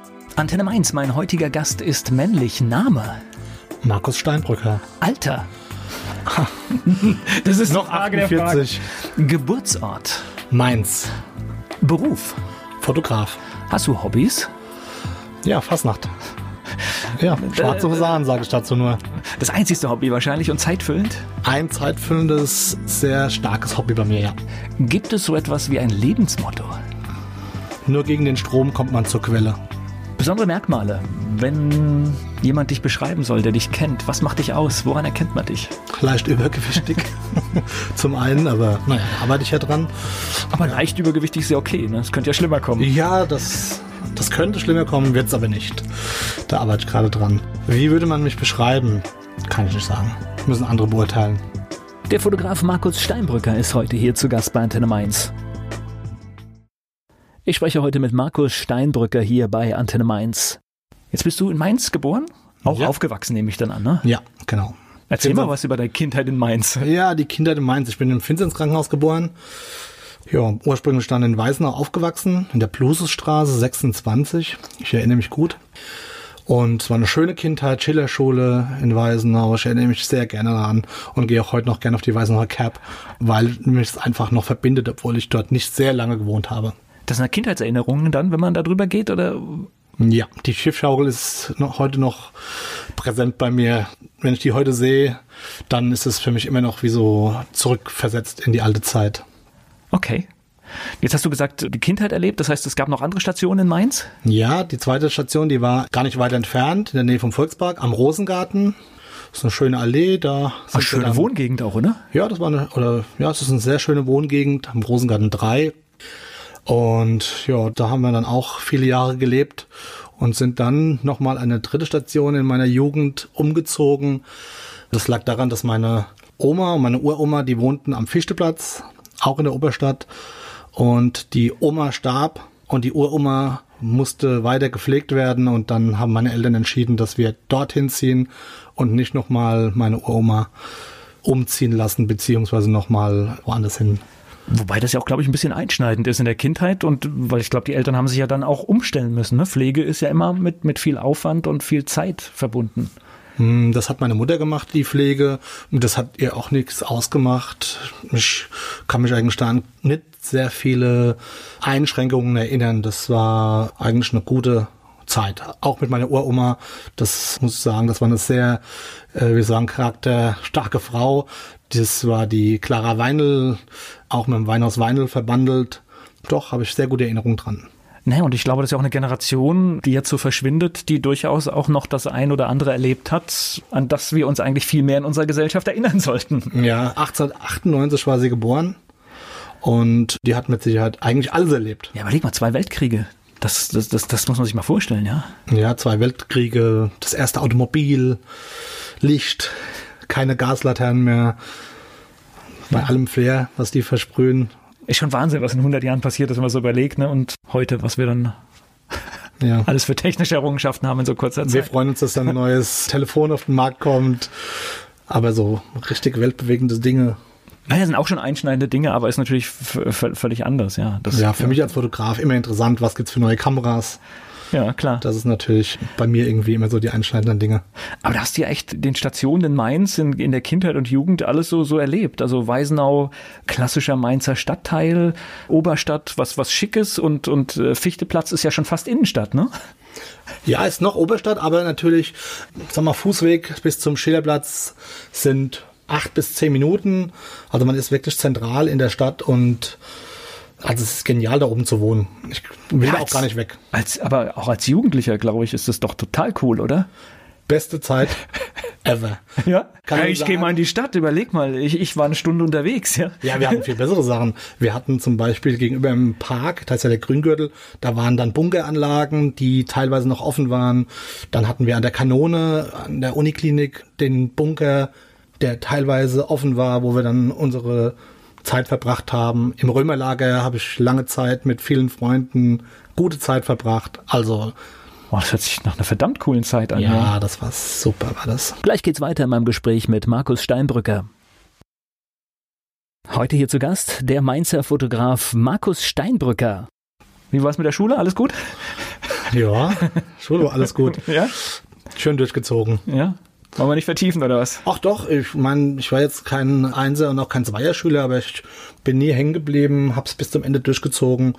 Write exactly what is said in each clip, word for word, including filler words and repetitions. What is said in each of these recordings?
Antenne Mainz, mein heutiger Gast ist männlich. Name? Markus Steinbrücker. Alter? Das ist noch Frage der achtundvierzig. Frage. Geburtsort? Mainz. Beruf? Fotograf. Hast du Hobbys? Ja, Fastnacht. Ja, schwarze Husanen, sage ich dazu nur. Das einzigste Hobby wahrscheinlich und zeitfüllend? Ein zeitfüllendes, sehr starkes Hobby bei mir, ja. Gibt es so etwas wie ein Lebensmotto? Nur gegen den Strom kommt man zur Quelle. Besondere Merkmale, wenn jemand dich beschreiben soll, der dich kennt. Was macht dich aus? Woran erkennt man dich? Leicht übergewichtig zum einen, aber naja, arbeite ich ja dran. Aber leicht übergewichtig ist ja okay, ne? Das könnte ja schlimmer kommen. Ja, das, das könnte schlimmer kommen, wird es aber nicht. Da arbeite ich gerade dran. Wie würde man mich beschreiben? Kann ich nicht sagen. Müssen andere beurteilen. Der Fotograf Markus Steinbrücker ist heute hier zu Gast bei Antenne Mainz. Ich spreche heute mit Markus Steinbrücker hier bei Antenne Mainz. Jetzt bist du in Mainz geboren? Auch ja. Aufgewachsen, nehme ich dann an, ne? Ja, genau. Erzähl Vinzenz. mal was über deine Kindheit in Mainz. Ja, die Kindheit in Mainz. Ich bin im Vinzenz Krankenhaus geboren. Ja, ursprünglich dann in Weißenau aufgewachsen, in der Plususstraße sechsundzwanzig. Ich erinnere mich gut. Und es war eine schöne Kindheit, Schillerschule in Weißenau. Ich erinnere mich sehr gerne daran und gehe auch heute noch gerne auf die Weißenauer Cap, weil mich es einfach noch verbindet, obwohl ich dort nicht sehr lange gewohnt habe. Das sind Kindheitserinnerungen dann, wenn man da drüber geht, oder? Ja, die Schiffschaukel ist noch, heute noch präsent bei mir. Wenn ich die heute sehe, dann ist es für mich immer noch wie so zurückversetzt in die alte Zeit. Okay. Jetzt hast du gesagt, die Kindheit erlebt, das heißt, es gab noch andere Stationen in Mainz? Ja, die zweite Station, die war gar nicht weit entfernt, in der Nähe vom Volkspark, am Rosengarten. Das ist eine schöne Allee, da sind Ach, schöne dann, Wohngegend auch, oder? Ja, das war eine, oder, ja, es ist eine sehr schöne Wohngegend, am Rosengarten drei. Und ja, da haben wir dann auch viele Jahre gelebt und sind dann nochmal eine dritte Station in meiner Jugend umgezogen. Das lag daran, dass meine Oma und meine Uroma, die wohnten am Fichteplatz, auch in der Oberstadt. Und die Oma starb und die Uroma musste weiter gepflegt werden. Und dann haben meine Eltern entschieden, dass wir dorthin ziehen und nicht nochmal meine Uroma umziehen lassen, beziehungsweise nochmal woanders hin. Wobei das ja auch, glaube ich, ein bisschen einschneidend ist in der Kindheit und weil ich glaube, die Eltern haben sich ja dann auch umstellen müssen. Ne? Pflege ist ja immer mit, mit viel Aufwand und viel Zeit verbunden. Das hat meine Mutter gemacht, die Pflege. Und das hat ihr auch nichts ausgemacht. Ich kann mich eigentlich da an nicht sehr viele Einschränkungen erinnern. Das war eigentlich eine gute Zeit. Auch mit meiner Uroma, das muss ich sagen, das war eine sehr, äh, wie sagen, charakterstarke Frau. Das war die Clara Weinl, auch mit dem Weinhaus Weinl verbandelt. Doch, habe ich sehr gute Erinnerungen dran. Naja, und ich glaube, das ist ja auch eine Generation, die jetzt so verschwindet, die durchaus auch noch das ein oder andere erlebt hat, an das wir uns eigentlich viel mehr in unserer Gesellschaft erinnern sollten. Ja, achtzehnhundertachtundneunzig war sie geboren und die hat mit Sicherheit eigentlich alles erlebt. Ja, überleg mal, zwei Weltkriege. Das, das, das, das muss man sich mal vorstellen, ja? Ja, zwei Weltkriege, das erste Automobil, Licht, keine Gaslaternen mehr, bei allem Flair, was die versprühen. Ist schon Wahnsinn, was in hundert Jahren passiert ist, wenn man so überlegt, ne? Und heute, was wir dann ja. alles für technische Errungenschaften haben in so kurzer Zeit. Wir freuen uns, dass dann ein neues Telefon auf den Markt kommt, aber so richtig weltbewegende Dinge. Naja, sind auch schon einschneidende Dinge, aber ist natürlich f- f- völlig anders, ja. Das, ja, für ja. mich als Fotograf immer interessant, was gibt's für neue Kameras. Ja, klar. Das ist natürlich bei mir irgendwie immer so die einschneidenden Dinge. Aber da hast du ja echt den Stationen in Mainz in, in der Kindheit und Jugend alles so, so erlebt. Also Weißenau, klassischer Mainzer Stadtteil, Oberstadt, was, was Schickes und, und äh, Fichteplatz ist ja schon fast Innenstadt, ne? Ja, ist noch Oberstadt, aber natürlich, sag mal, Fußweg bis zum Schillerplatz sind acht bis zehn Minuten. Also man ist wirklich zentral in der Stadt und also es ist genial, da oben zu wohnen. Ich will ja, als, auch gar nicht weg. Als, aber auch als Jugendlicher, glaube ich, ist das doch total cool, oder? Beste Zeit ever. Ja, ja ich gehe mal in die Stadt, überleg mal, ich, ich war eine Stunde unterwegs. Ja, ja, wir hatten viel bessere Sachen. Wir hatten zum Beispiel gegenüber im Park, das ist ja der Grüngürtel, da waren dann Bunkeranlagen, die teilweise noch offen waren. Dann hatten wir an der Kanone, an der Uniklinik, den Bunker, der teilweise offen war, wo wir dann unsere Zeit verbracht haben. Im Römerlager habe ich lange Zeit mit vielen Freunden gute Zeit verbracht. Also oh, das hört sich nach einer verdammt coolen Zeit an. Ja, ja, das war super, war das. Gleich geht's weiter in meinem Gespräch mit Markus Steinbrücker. Heute hier zu Gast der Mainzer Fotograf Markus Steinbrücker. Wie war's mit der Schule? Alles gut? Ja, Schule war alles gut. Ja? Schön durchgezogen. Ja? Wollen wir nicht vertiefen, oder was? Ach doch, ich meine, ich war jetzt kein Einser und auch kein Zweierschüler, aber ich bin nie hängen geblieben, hab's bis zum Ende durchgezogen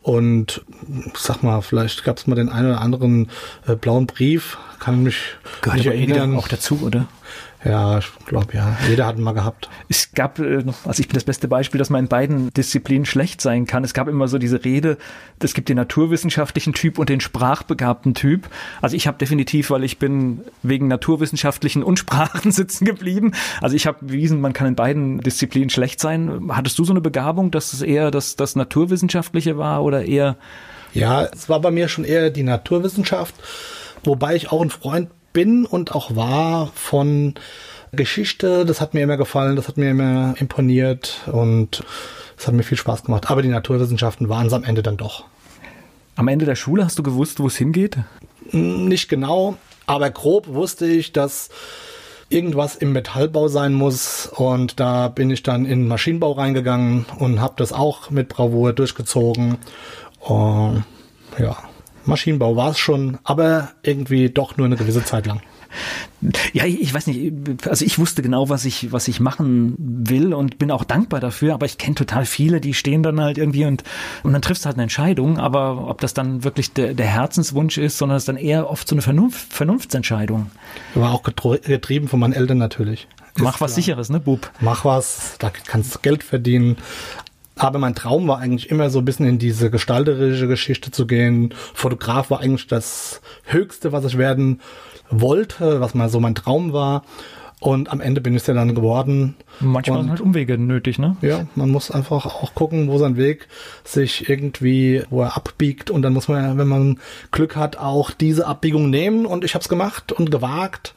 und sag mal, vielleicht gab's mal den einen oder anderen äh, blauen Brief, kann mich Gehört nicht ja jeder erinnern. auch dazu, oder? Ja, ich glaube ja, jeder hat ihn mal gehabt. Es gab, äh, also ich bin das beste Beispiel, dass man in beiden Disziplinen schlecht sein kann. Es gab immer so diese Rede, es gibt den naturwissenschaftlichen Typ und den sprachbegabten Typ. Also ich habe definitiv, weil ich bin wegen naturwissenschaftlichen und Sprachen sitzen geblieben. Also ich habe bewiesen, man kann in beiden Disziplinen schlecht sein. Hattest du so eine Begabung, dass es eher das, das Naturwissenschaftliche war oder eher... Ja, es war bei mir schon eher die Naturwissenschaft, wobei ich auch ein Freund bin und auch war von Geschichte. Das hat mir immer gefallen, das hat mir immer imponiert und es hat mir viel Spaß gemacht. Aber die Naturwissenschaften waren es am Ende dann doch. Am Ende der Schule hast du gewusst, wo es hingeht? Nicht genau, aber grob wusste ich, dass irgendwas im Metallbau sein muss und da bin ich dann in den Maschinenbau reingegangen und habe das auch mit Bravour durchgezogen. Und ja, Maschinenbau war es schon, aber irgendwie doch nur eine gewisse Zeit lang. Ja, ich weiß nicht, also ich wusste genau, was ich, was ich machen will und bin auch dankbar dafür, aber ich kenne total viele, die stehen dann halt irgendwie und, und dann triffst du halt eine Entscheidung, aber ob das dann wirklich der, der Herzenswunsch ist, sondern es ist dann eher oft so eine Vernunft, Vernunftsentscheidung. War auch getrieben von meinen Eltern natürlich. Mach was klar. Sicheres, ne, Bub? Mach was, da kannst du Geld verdienen. Aber mein Traum war eigentlich immer so ein bisschen in diese gestalterische Geschichte zu gehen. Fotograf war eigentlich das Höchste, was ich werden wollte, was mal so mein Traum war. Und am Ende bin ich es ja dann geworden. Manchmal und, sind halt Umwege nötig, ne? Ja, man muss einfach auch gucken, wo sein Weg sich irgendwie, wo er abbiegt. Und dann muss man, wenn man Glück hat, auch diese Abbiegung nehmen. Und ich habe es gemacht und gewagt.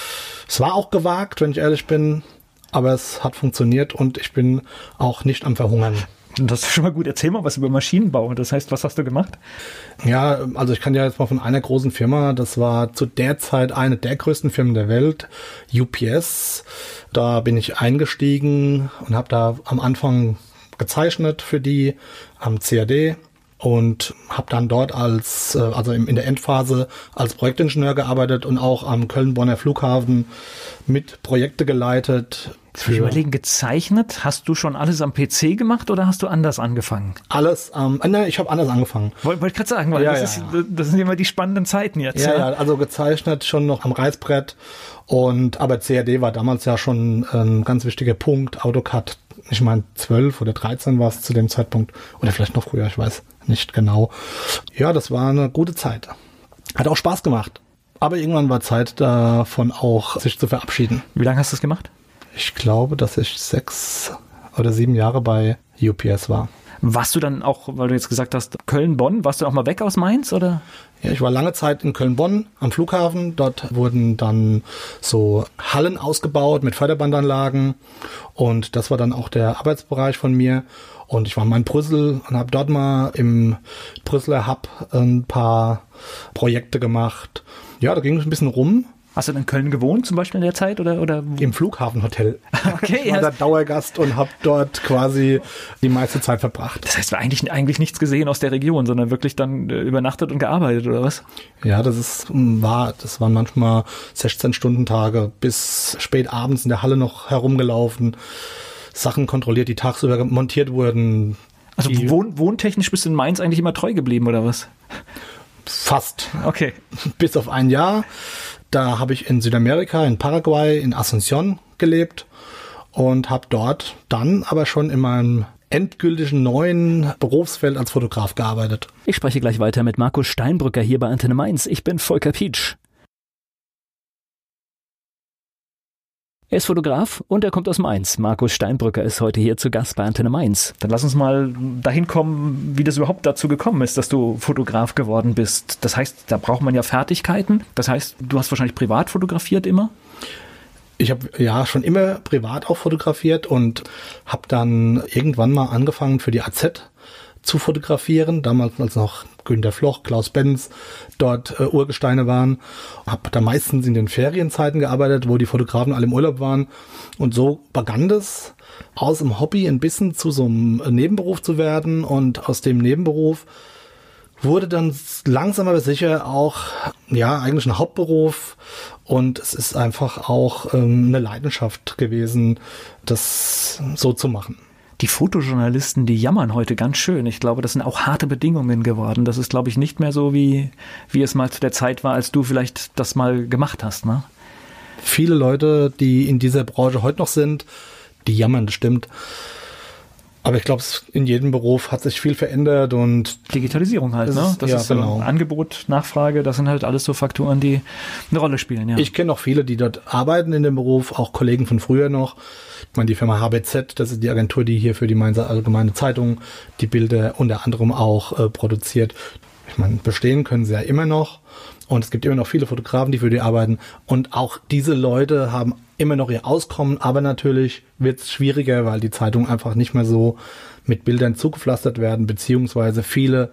Es war auch gewagt, wenn ich ehrlich bin. Aber es hat funktioniert und ich bin auch nicht am Verhungern. Das ist schon mal gut. Erzähl mal was über Maschinenbau. Das heißt, was hast du gemacht? Ja, also ich kann ja jetzt mal von einer großen Firma, das war zu der Zeit eine der größten Firmen der Welt, U P S. Da bin ich eingestiegen und habe da am Anfang gezeichnet für die am C A D und habe dann dort als, also in der Endphase als Projektingenieur gearbeitet und auch am Köln-Bonner Flughafen mit Projekte geleitet. Jetzt will ich überlegen, gezeichnet, hast du schon alles am P C gemacht oder hast du anders angefangen? Alles, ähm, ne, ich habe anders angefangen. Wollte wollt ich gerade sagen, weil ja, das, ja, ist, ja. das sind immer die spannenden Zeiten jetzt. Ja, ja, ja, also gezeichnet schon noch am Reißbrett und aber C A D war damals ja schon ein ganz wichtiger Punkt. AutoCAD, ich meine zwölf oder dreizehn war es zu dem Zeitpunkt oder vielleicht noch früher, ich weiß nicht genau. Ja, das war eine gute Zeit. Hat auch Spaß gemacht. Aber irgendwann war Zeit davon auch, sich zu verabschieden. Wie lange hast du das gemacht? Ich glaube, dass ich sechs oder sieben Jahre bei U P S war. Warst du dann auch, weil du jetzt gesagt hast, Köln-Bonn, warst du auch mal weg aus Mainz, oder? Ja, ich war lange Zeit in Köln-Bonn am Flughafen. Dort wurden dann so Hallen ausgebaut mit Förderbandanlagen. Und das war dann auch der Arbeitsbereich von mir. Und ich war mal in Brüssel und habe dort mal im Brüsseler Hub ein paar Projekte gemacht. Ja, da ging es ein bisschen rum. Hast du in Köln gewohnt zum Beispiel in der Zeit? Oder, oder? Im Flughafenhotel. Okay, ich war ja. da Dauergast und habe dort quasi die meiste Zeit verbracht. Das heißt, wir eigentlich, eigentlich nichts gesehen aus der Region, sondern wirklich dann äh, übernachtet und gearbeitet, oder was? Ja, das ist, war, das waren manchmal sechzehn Stunden Tage bis spät abends in der Halle noch herumgelaufen, Sachen kontrolliert, die tagsüber montiert wurden. Also wohn, wohntechnisch bist du in Mainz eigentlich immer treu geblieben, oder was? Fast. Okay. Bis auf ein Jahr. Da habe ich in Südamerika, in Paraguay, in Asunción gelebt und habe dort dann aber schon in meinem endgültigen neuen Berufsfeld als Fotograf gearbeitet. Ich spreche gleich weiter mit Markus Steinbrücker hier bei Antenne Mainz. Ich bin Volker Pietsch. Er ist Fotograf und er kommt aus Mainz. Markus Steinbrücker ist heute hier zu Gast bei Antenne Mainz. Dann lass uns mal dahin kommen, wie das überhaupt dazu gekommen ist, dass du Fotograf geworden bist. Das heißt, da braucht man ja Fertigkeiten. Das heißt, du hast wahrscheinlich privat fotografiert immer? Ich habe ja schon immer privat auch fotografiert und habe dann irgendwann mal angefangen für die A Z zu fotografieren, damals als noch Günter Floch, Klaus Benz dort äh, Urgesteine waren. Habe da meistens in den Ferienzeiten gearbeitet, wo die Fotografen alle im Urlaub waren. Und so begann das, aus dem Hobby ein bisschen zu so einem Nebenberuf zu werden. Und aus dem Nebenberuf wurde dann langsam aber sicher auch, ja, eigentlich ein Hauptberuf und es ist einfach auch ähm, eine Leidenschaft gewesen, das so zu machen. Die Fotojournalisten, die jammern heute ganz schön. Ich glaube, das sind auch harte Bedingungen geworden. Das ist, glaube ich, nicht mehr so, wie, wie es mal zu der Zeit war, als du vielleicht das mal gemacht hast, ne? Viele Leute, die in dieser Branche heute noch sind, die jammern, das stimmt. Aber ich glaube, in jedem Beruf hat sich viel verändert und Digitalisierung halt, ne? Das ja, ist so genau. Angebot, Nachfrage, das sind halt alles so Faktoren, die eine Rolle spielen, ja. Ich kenne auch viele, die dort arbeiten in dem Beruf, auch Kollegen von früher noch. Ich meine, die Firma H B Z, das ist die Agentur, die hier für die Mainzer Allgemeine Zeitung die Bilder unter anderem auch äh, produziert. Ich meine, bestehen können sie ja immer noch. Und es gibt immer noch viele Fotografen, die für die arbeiten. Und auch diese Leute haben immer noch ihr Auskommen. Aber natürlich wird es schwieriger, weil die Zeitungen einfach nicht mehr so mit Bildern zugepflastert werden. Beziehungsweise viele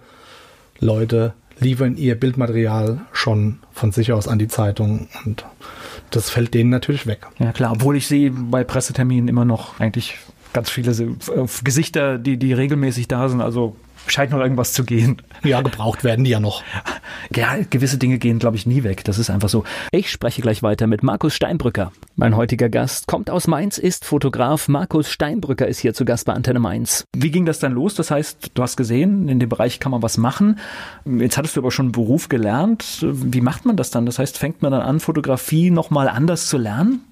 Leute liefern ihr Bildmaterial schon von sich aus an die Zeitung. Und das fällt denen natürlich weg. Ja klar, obwohl ich sehe bei Presseterminen immer noch eigentlich ganz viele Gesichter, die, die regelmäßig da sind. Also scheint noch irgendwas zu gehen. Ja, gebraucht werden die ja noch. Ja, gewisse Dinge gehen, glaube ich, nie weg. Das ist einfach so. Ich spreche gleich weiter mit Markus Steinbrücker. Mein heutiger Gast kommt aus Mainz, ist Fotograf. Markus Steinbrücker ist hier zu Gast bei Antenne Mainz. Wie ging das dann los? Das heißt, du hast gesehen, in dem Bereich kann man was machen. Jetzt hattest du aber schon einen Beruf gelernt. Wie macht man das dann? Das heißt, fängt man dann an, Fotografie nochmal anders zu lernen?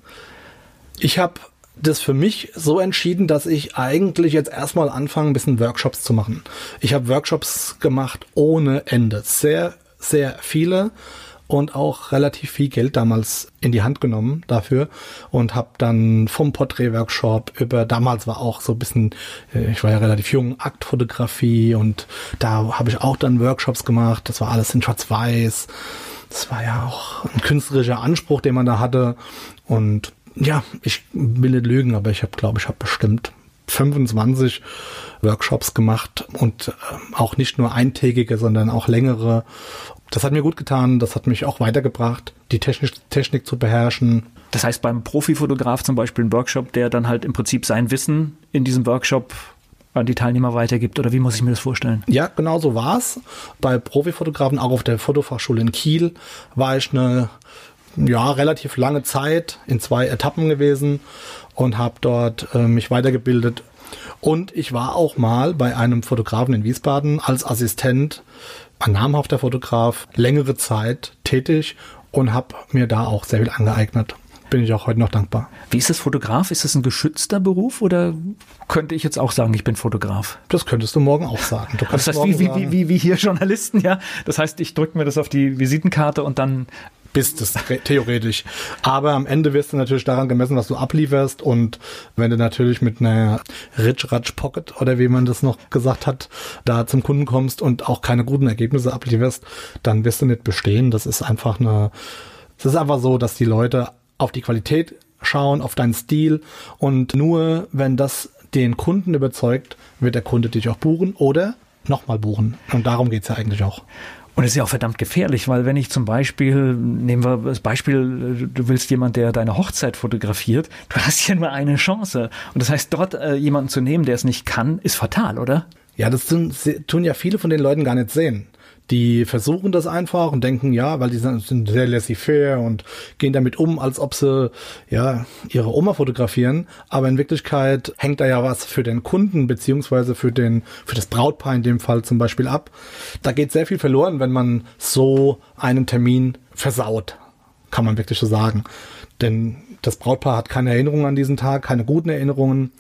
Ich habe das für mich so entschieden, dass ich eigentlich jetzt erstmal anfange, ein bisschen Workshops zu machen. Ich habe Workshops gemacht ohne Ende. Sehr, sehr viele und auch relativ viel Geld damals in die Hand genommen dafür und habe dann vom Porträt-Workshop über, damals war auch so ein bisschen, ich war ja relativ jung, Aktfotografie und da habe ich auch dann Workshops gemacht. Das war alles in Schwarz-Weiß. Das war ja auch ein künstlerischer Anspruch, den man da hatte und ja, ich will nicht lügen, aber ich habe, glaube ich, habe bestimmt fünfundzwanzig Workshops gemacht und äh, auch nicht nur eintägige, sondern auch längere. Das hat mir gut getan, das hat mich auch weitergebracht, die Technik, Technik zu beherrschen. Das heißt, beim Profifotograf zum Beispiel ein Workshop, der dann halt im Prinzip sein Wissen in diesem Workshop an die Teilnehmer weitergibt, oder wie muss ich mir das vorstellen? Ja, genau so war es. Bei Profifotografen, auch auf der Fotofachschule in Kiel, war ich eine ja, relativ lange Zeit in zwei Etappen gewesen und habe dort äh, mich weitergebildet. Und ich war auch mal bei einem Fotografen in Wiesbaden als Assistent, ein namhafter Fotograf, längere Zeit tätig und habe mir da auch sehr viel angeeignet. Bin ich auch heute noch dankbar. Wie ist das Fotograf? Ist das ein geschützter Beruf oder könnte ich jetzt auch sagen, ich bin Fotograf? Das könntest du morgen auch sagen. Du kannst das heißt, wie, wie, wie, wie hier Journalisten, ja? Das heißt, ich drücke mir das auf die Visitenkarte und dann bist es theoretisch. Aber am Ende wirst du natürlich daran gemessen, was du ablieferst. Und wenn du natürlich mit einer Rich Ratch Pocket oder wie man das noch gesagt hat, da zum Kunden kommst und auch keine guten Ergebnisse ablieferst, dann wirst du nicht bestehen. Das ist einfach eine, es ist einfach so, dass die Leute auf die Qualität schauen, auf deinen Stil. Und nur wenn das den Kunden überzeugt, wird der Kunde dich auch buchen oder nochmal buchen. Und darum geht's ja eigentlich auch. Und es ist ja auch verdammt gefährlich, weil wenn ich zum Beispiel, nehmen wir das Beispiel, du willst jemand, der deine Hochzeit fotografiert, du hast ja nur eine Chance. Und das heißt, dort äh, jemanden zu nehmen, der es nicht kann, ist fatal, oder? Ja, das tun, tun ja viele von den Leuten gar nicht sehen. Die versuchen das einfach und denken, ja, weil die sind sehr laissez-faire und gehen damit um, als ob sie ja ihre Oma fotografieren. Aber in Wirklichkeit hängt da ja was für den Kunden beziehungsweise für den für das Brautpaar in dem Fall zum Beispiel ab. Da geht sehr viel verloren, wenn man so einen Termin versaut, kann man wirklich so sagen. Denn das Brautpaar hat keine Erinnerungen an diesen Tag, keine guten Erinnerungen.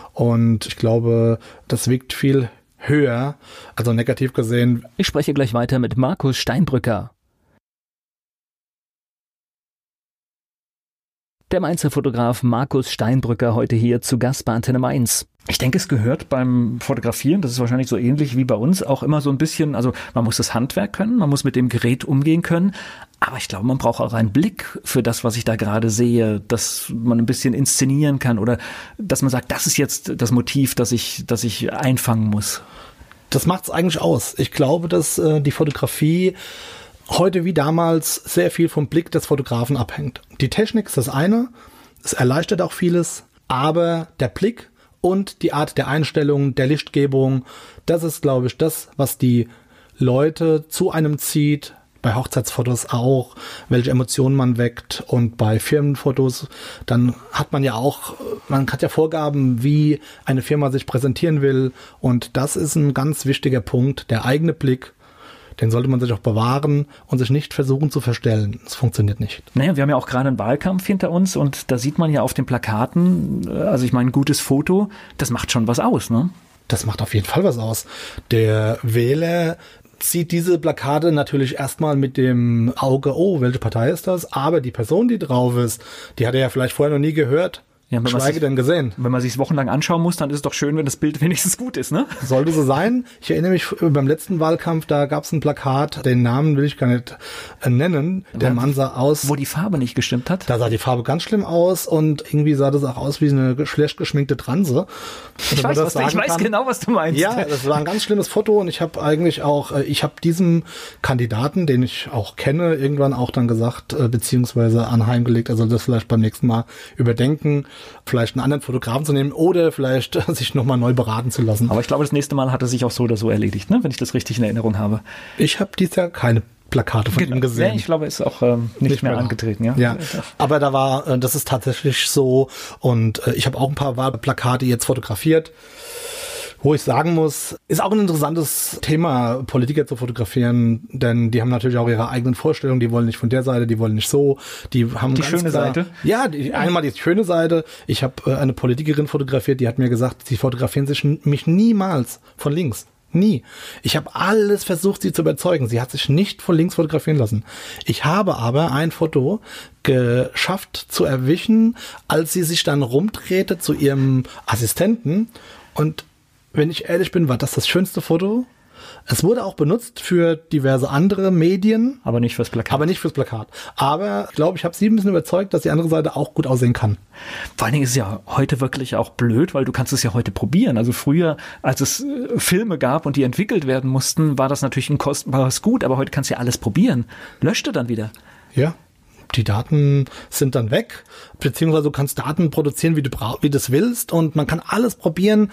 Und ich glaube, das wiegt viel höher, also negativ gesehen. Ich spreche gleich weiter mit Markus Steinbrücker. Der Mainzer Fotograf Markus Steinbrücker heute hier zu Gast bei Antenne Mainz. Ich denke, es gehört beim Fotografieren, das ist wahrscheinlich so ähnlich wie bei uns, auch immer so ein bisschen, also man muss das Handwerk können, man muss mit dem Gerät umgehen können, aber ich glaube, man braucht auch einen Blick für das, was ich da gerade sehe, dass man ein bisschen inszenieren kann oder dass man sagt, das ist jetzt das Motiv, das ich, das ich einfangen muss. Das macht's eigentlich aus. Ich glaube, dass äh, die Fotografie heute wie damals sehr viel vom Blick des Fotografen abhängt. Die Technik ist das eine, es erleichtert auch vieles, aber der Blick und die Art der Einstellung, der Lichtgebung, das ist, glaube ich, das, was die Leute zu einem zieht, bei Hochzeitsfotos auch, welche Emotionen man weckt, und bei Firmenfotos, dann hat man ja auch, man hat ja Vorgaben, wie eine Firma sich präsentieren will, und das ist ein ganz wichtiger Punkt, der eigene Blick. Den sollte man sich auch bewahren und sich nicht versuchen zu verstellen. Das funktioniert nicht. Naja, wir haben ja auch gerade einen Wahlkampf hinter uns, und da sieht man ja auf den Plakaten, also ich meine, ein gutes Foto, das macht schon was aus, ne? Das macht auf jeden Fall was aus. Der Wähler sieht diese Plakate natürlich erstmal mit dem Auge, oh, welche Partei ist das? Aber die Person, die drauf ist, die hat er ja vielleicht vorher noch nie gehört. Ja, geschweige denn gesehen. Wenn man sich wochenlang anschauen muss, dann ist es doch schön, wenn das Bild wenigstens gut ist, ne? Sollte so sein. Ich erinnere mich, beim letzten Wahlkampf, da gab es ein Plakat, den Namen will ich gar nicht äh, nennen. Der ja, Mann sah aus... Wo die Farbe nicht gestimmt hat? Da sah die Farbe ganz schlimm aus, und irgendwie sah das auch aus wie eine schlecht geschminkte Transe. Ich weiß, was du, ich weiß genau, was du meinst. Ja, das war ein ganz schlimmes Foto, und ich habe eigentlich auch, ich habe diesem Kandidaten, den ich auch kenne, irgendwann auch dann gesagt, beziehungsweise anheimgelegt, er soll das vielleicht beim nächsten Mal überdenken, vielleicht einen anderen Fotografen zu nehmen oder vielleicht sich nochmal neu beraten zu lassen. Aber ich glaube, das nächste Mal hat er sich auch so oder so erledigt, ne? Wenn ich das richtig in Erinnerung habe. Ich habe dieses Jahr keine Plakate von genau. ihm gesehen. Ja, ich glaube, er ist auch ähm, nicht, nicht mehr, mehr angetreten. Ja? Ja, aber da war, äh, das ist tatsächlich so, und äh, ich habe auch ein paar Wahlplakate jetzt fotografiert, wo ich sagen muss, ist auch ein interessantes Thema, Politiker zu fotografieren, denn die haben natürlich auch ihre eigenen Vorstellungen, die wollen nicht von der Seite, die wollen nicht so, die haben die ganz schöne klar, Seite. Ja, die, einmal die schöne Seite. Ich habe äh, eine Politikerin fotografiert, die hat mir gesagt, sie fotografieren sich n- mich niemals von links. Nie. Ich habe alles versucht, sie zu überzeugen. Sie hat sich nicht von links fotografieren lassen. Ich habe aber ein Foto geschafft zu erwischen, als sie sich dann rumdrehte zu ihrem Assistenten, und wenn ich ehrlich bin, war das das schönste Foto. Es wurde auch benutzt für diverse andere Medien. Aber nicht fürs Plakat. Aber nicht fürs Plakat. Aber ich glaube, ich habe sie ein bisschen überzeugt, dass die andere Seite auch gut aussehen kann. Vor allen Dingen ist es ja heute wirklich auch blöd, weil du kannst es ja heute probieren. Also früher, als es äh, Filme gab und die entwickelt werden mussten, war das natürlich ein kostbares Gut. Aber heute kannst du ja alles probieren. Löscht du dann wieder. Ja. Die Daten sind dann weg, beziehungsweise du kannst Daten produzieren, wie du bra- wie du es willst, und man kann alles probieren.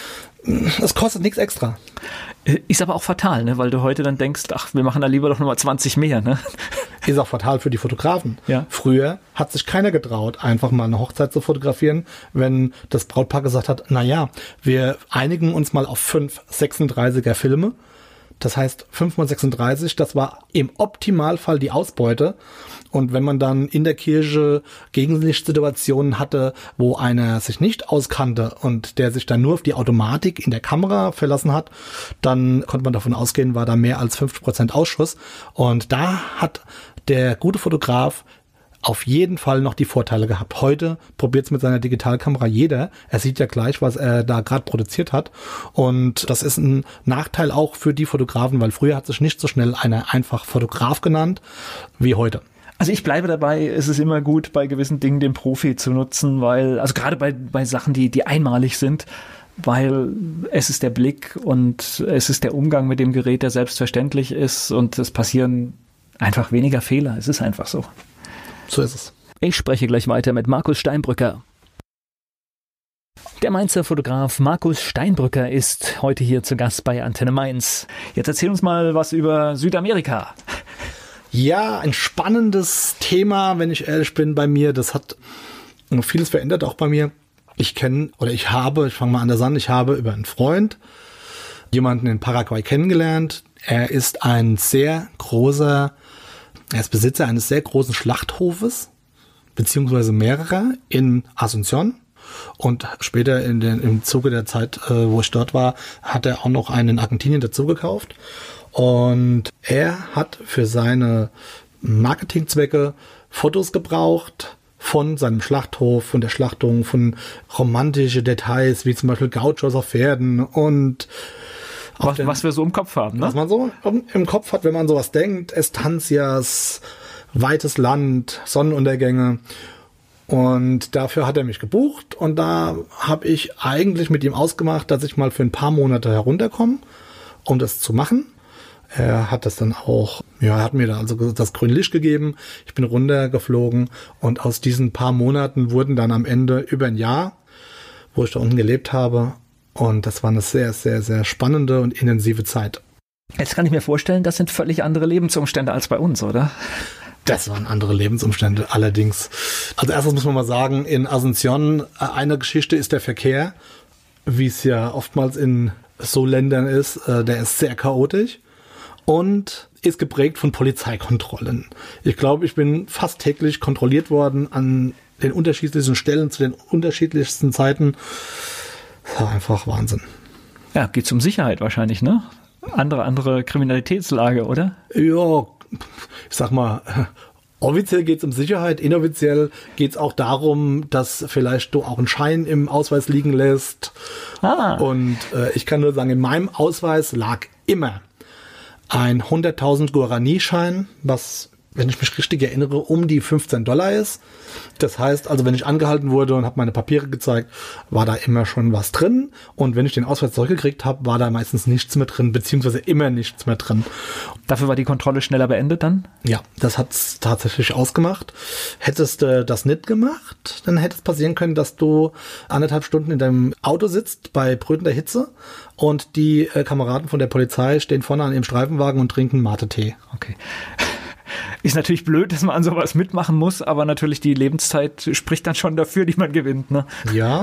Es kostet nichts extra. Ist aber auch fatal, ne? Weil du heute dann denkst, ach, wir machen da lieber doch nochmal zwanzig mehr. Ne? Ist auch fatal für die Fotografen. Ja. Früher hat sich keiner getraut, einfach mal eine Hochzeit zu fotografieren, wenn das Brautpaar gesagt hat, na ja, wir einigen uns mal auf fünf sechsunddreißiger Filme. Das heißt, fünf mal sechsunddreißig, das war im Optimalfall die Ausbeute. Und wenn man dann in der Kirche Gegenlichtsituationen hatte, wo einer sich nicht auskannte und der sich dann nur auf die Automatik in der Kamera verlassen hat, dann konnte man davon ausgehen, war da mehr als fünfzig Prozent Ausschuss. Und da hat der gute Fotograf auf jeden Fall noch die Vorteile gehabt. Heute probiert es mit seiner Digitalkamera jeder. Er sieht ja gleich, was er da gerade produziert hat. Und das ist ein Nachteil auch für die Fotografen, weil früher hat sich nicht so schnell einer einfach Fotograf genannt wie heute. Also ich bleibe dabei, es ist immer gut, bei gewissen Dingen den Profi zu nutzen, weil, also gerade bei, bei Sachen, die, die einmalig sind, weil es ist der Blick und es ist der Umgang mit dem Gerät, der selbstverständlich ist, und es passieren einfach weniger Fehler. Es ist einfach so. So ist es. Ich spreche gleich weiter mit Markus Steinbrücker. Der Mainzer Fotograf Markus Steinbrücker ist heute hier zu Gast bei Antenne Mainz. Jetzt erzähl uns mal was über Südamerika. Ja, ein spannendes Thema, wenn ich ehrlich bin, bei mir. Das hat vieles verändert, auch bei mir. Ich kenne, oder ich habe, ich fange mal anders an, ich habe über einen Freund jemanden in Paraguay kennengelernt. Er ist ein sehr großer, er ist Besitzer eines sehr großen Schlachthofes, beziehungsweise mehrerer in Asunción. Und später in den, im Zuge der Zeit, äh, wo ich dort war, hat er auch noch einen in Argentinien dazu gekauft. Und er hat für seine Marketingzwecke Fotos gebraucht von seinem Schlachthof, von der Schlachtung, von romantischen Details, wie zum Beispiel Gauchos auf Pferden und was, den, was wir so im Kopf haben, ne? Was man so im Kopf hat, wenn man sowas denkt, Estancias, weites Land, Sonnenuntergänge. Und dafür hat er mich gebucht, und da habe ich eigentlich mit ihm ausgemacht, dass ich mal für ein paar Monate herunterkomme, um das zu machen. Er hat das dann auch, ja, er hat mir da also das grüne Licht gegeben. Ich bin runtergeflogen, und aus diesen paar Monaten wurden dann am Ende über ein Jahr, wo ich da unten gelebt habe. Und das war eine sehr, sehr, sehr spannende und intensive Zeit. Jetzt kann ich mir vorstellen, das sind völlig andere Lebensumstände als bei uns, oder? Das waren andere Lebensumstände, allerdings. Also erstens muss man mal sagen, in Asunción, eine Geschichte ist der Verkehr, wie es ja oftmals in so Ländern ist, der ist sehr chaotisch und ist geprägt von Polizeikontrollen. Ich glaube, ich bin fast täglich kontrolliert worden an den unterschiedlichsten Stellen zu den unterschiedlichsten Zeiten. Das war einfach Wahnsinn. Ja, geht's um Sicherheit wahrscheinlich, ne? Andere, andere Kriminalitätslage, oder? Ja, ich sag mal, offiziell geht es um Sicherheit, inoffiziell geht es auch darum, dass vielleicht du auch einen Schein im Ausweis liegen lässt. Ah. Und äh, ich kann nur sagen, in meinem Ausweis lag immer ein hunderttausend Guarani-Schein, was, wenn ich mich richtig erinnere, um die fünfzehn Dollar ist. Das heißt, also wenn ich angehalten wurde und habe meine Papiere gezeigt, war da immer schon was drin. Und wenn ich den Ausweis zurückgekriegt habe, war da meistens nichts mehr drin, beziehungsweise immer nichts mehr drin. Dafür war die Kontrolle schneller beendet dann? Ja, das hat's tatsächlich ausgemacht. Hättest du das nicht gemacht, dann hätte es passieren können, dass du anderthalb Stunden in deinem Auto sitzt bei brütender Hitze und die äh, Kameraden von der Polizei stehen vorne an ihrem Streifenwagen und trinken Mate-Tee. Okay. Ist natürlich blöd, dass man an sowas mitmachen muss, aber natürlich die Lebenszeit spricht dann schon dafür, die man gewinnt, ne? Ja,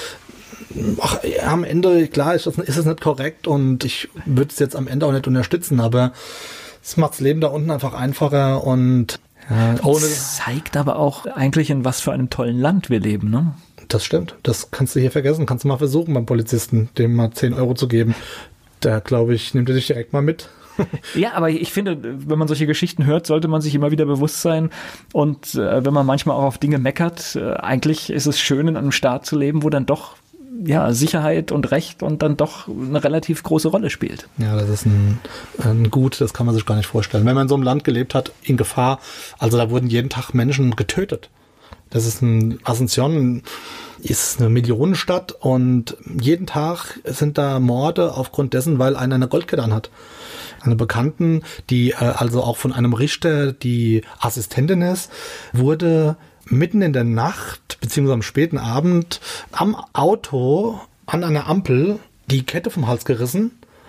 ach, am Ende, klar, ist, das, ist es nicht korrekt und ich würde es jetzt am Ende auch nicht unterstützen, aber es macht das Leben da unten einfach einfacher und ja, ohne das zeigt aber auch eigentlich, in was für einem tollen Land wir leben, ne? Das stimmt, das kannst du hier vergessen, kannst du mal versuchen beim Polizisten, dem mal zehn Euro zu geben. Da, glaube ich, nimmt er dich direkt mal mit. Ja, aber ich finde, wenn man solche Geschichten hört, sollte man sich immer wieder bewusst sein und äh, wenn man manchmal auch auf Dinge meckert, äh, eigentlich ist es schön, in einem Staat zu leben, wo dann doch ja Sicherheit und Recht und dann doch eine relativ große Rolle spielt. Ja, das ist ein, ein Gut, das kann man sich gar nicht vorstellen. Wenn man in so einem Land gelebt hat, in Gefahr, also da wurden jeden Tag Menschen getötet. Das ist ein, Asunción ist eine Millionenstadt und jeden Tag sind da Morde aufgrund dessen, weil einer eine Goldkette anhat. Eine Bekannten, die äh, also auch von einem Richter die Assistentin ist, wurde mitten in der Nacht beziehungsweise am späten Abend am Auto an einer Ampel die Kette vom Hals gerissen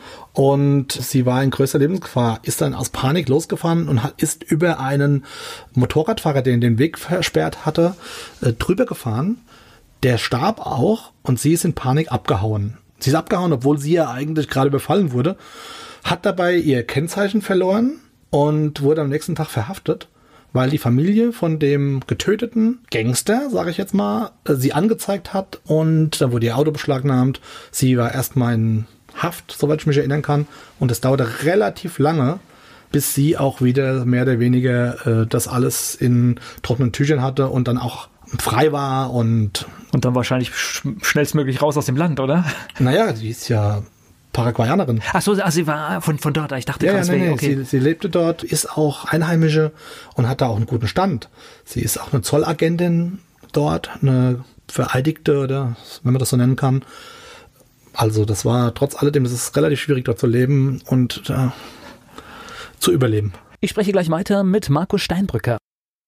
und sie war in größter Lebensgefahr, ist dann aus Panik losgefahren und hat, ist über einen Motorradfahrer, der den Weg versperrt hatte, äh, drüber gefahren. Der starb auch und sie ist in Panik abgehauen. Sie ist abgehauen, obwohl sie ja eigentlich gerade überfallen wurde, hat dabei ihr Kennzeichen verloren und wurde am nächsten Tag verhaftet, weil die Familie von dem getöteten Gangster, sage ich jetzt mal, sie angezeigt hat und dann wurde ihr Auto beschlagnahmt. Sie war erstmal in Haft, soweit ich mich erinnern kann, und es dauerte relativ lange, bis sie auch wieder mehr oder weniger äh, das alles in trockenen Tüchern hatte und dann auch frei war und und dann wahrscheinlich sch- schnellstmöglich raus aus dem Land, oder? Naja, sie ist ja Paraguayanerin. Ach so, also sie war von, von dort, ich dachte ja, gerade, ja, nee, nee. okay. Sie, sie lebte dort, ist auch Einheimische und hat da auch einen guten Stand. Sie ist auch eine Zollagentin dort, eine Vereidigte oder wenn man das so nennen kann. Also das war trotz alledem, es ist relativ schwierig dort zu leben und äh, zu überleben. Ich spreche gleich weiter mit Markus Steinbrücker.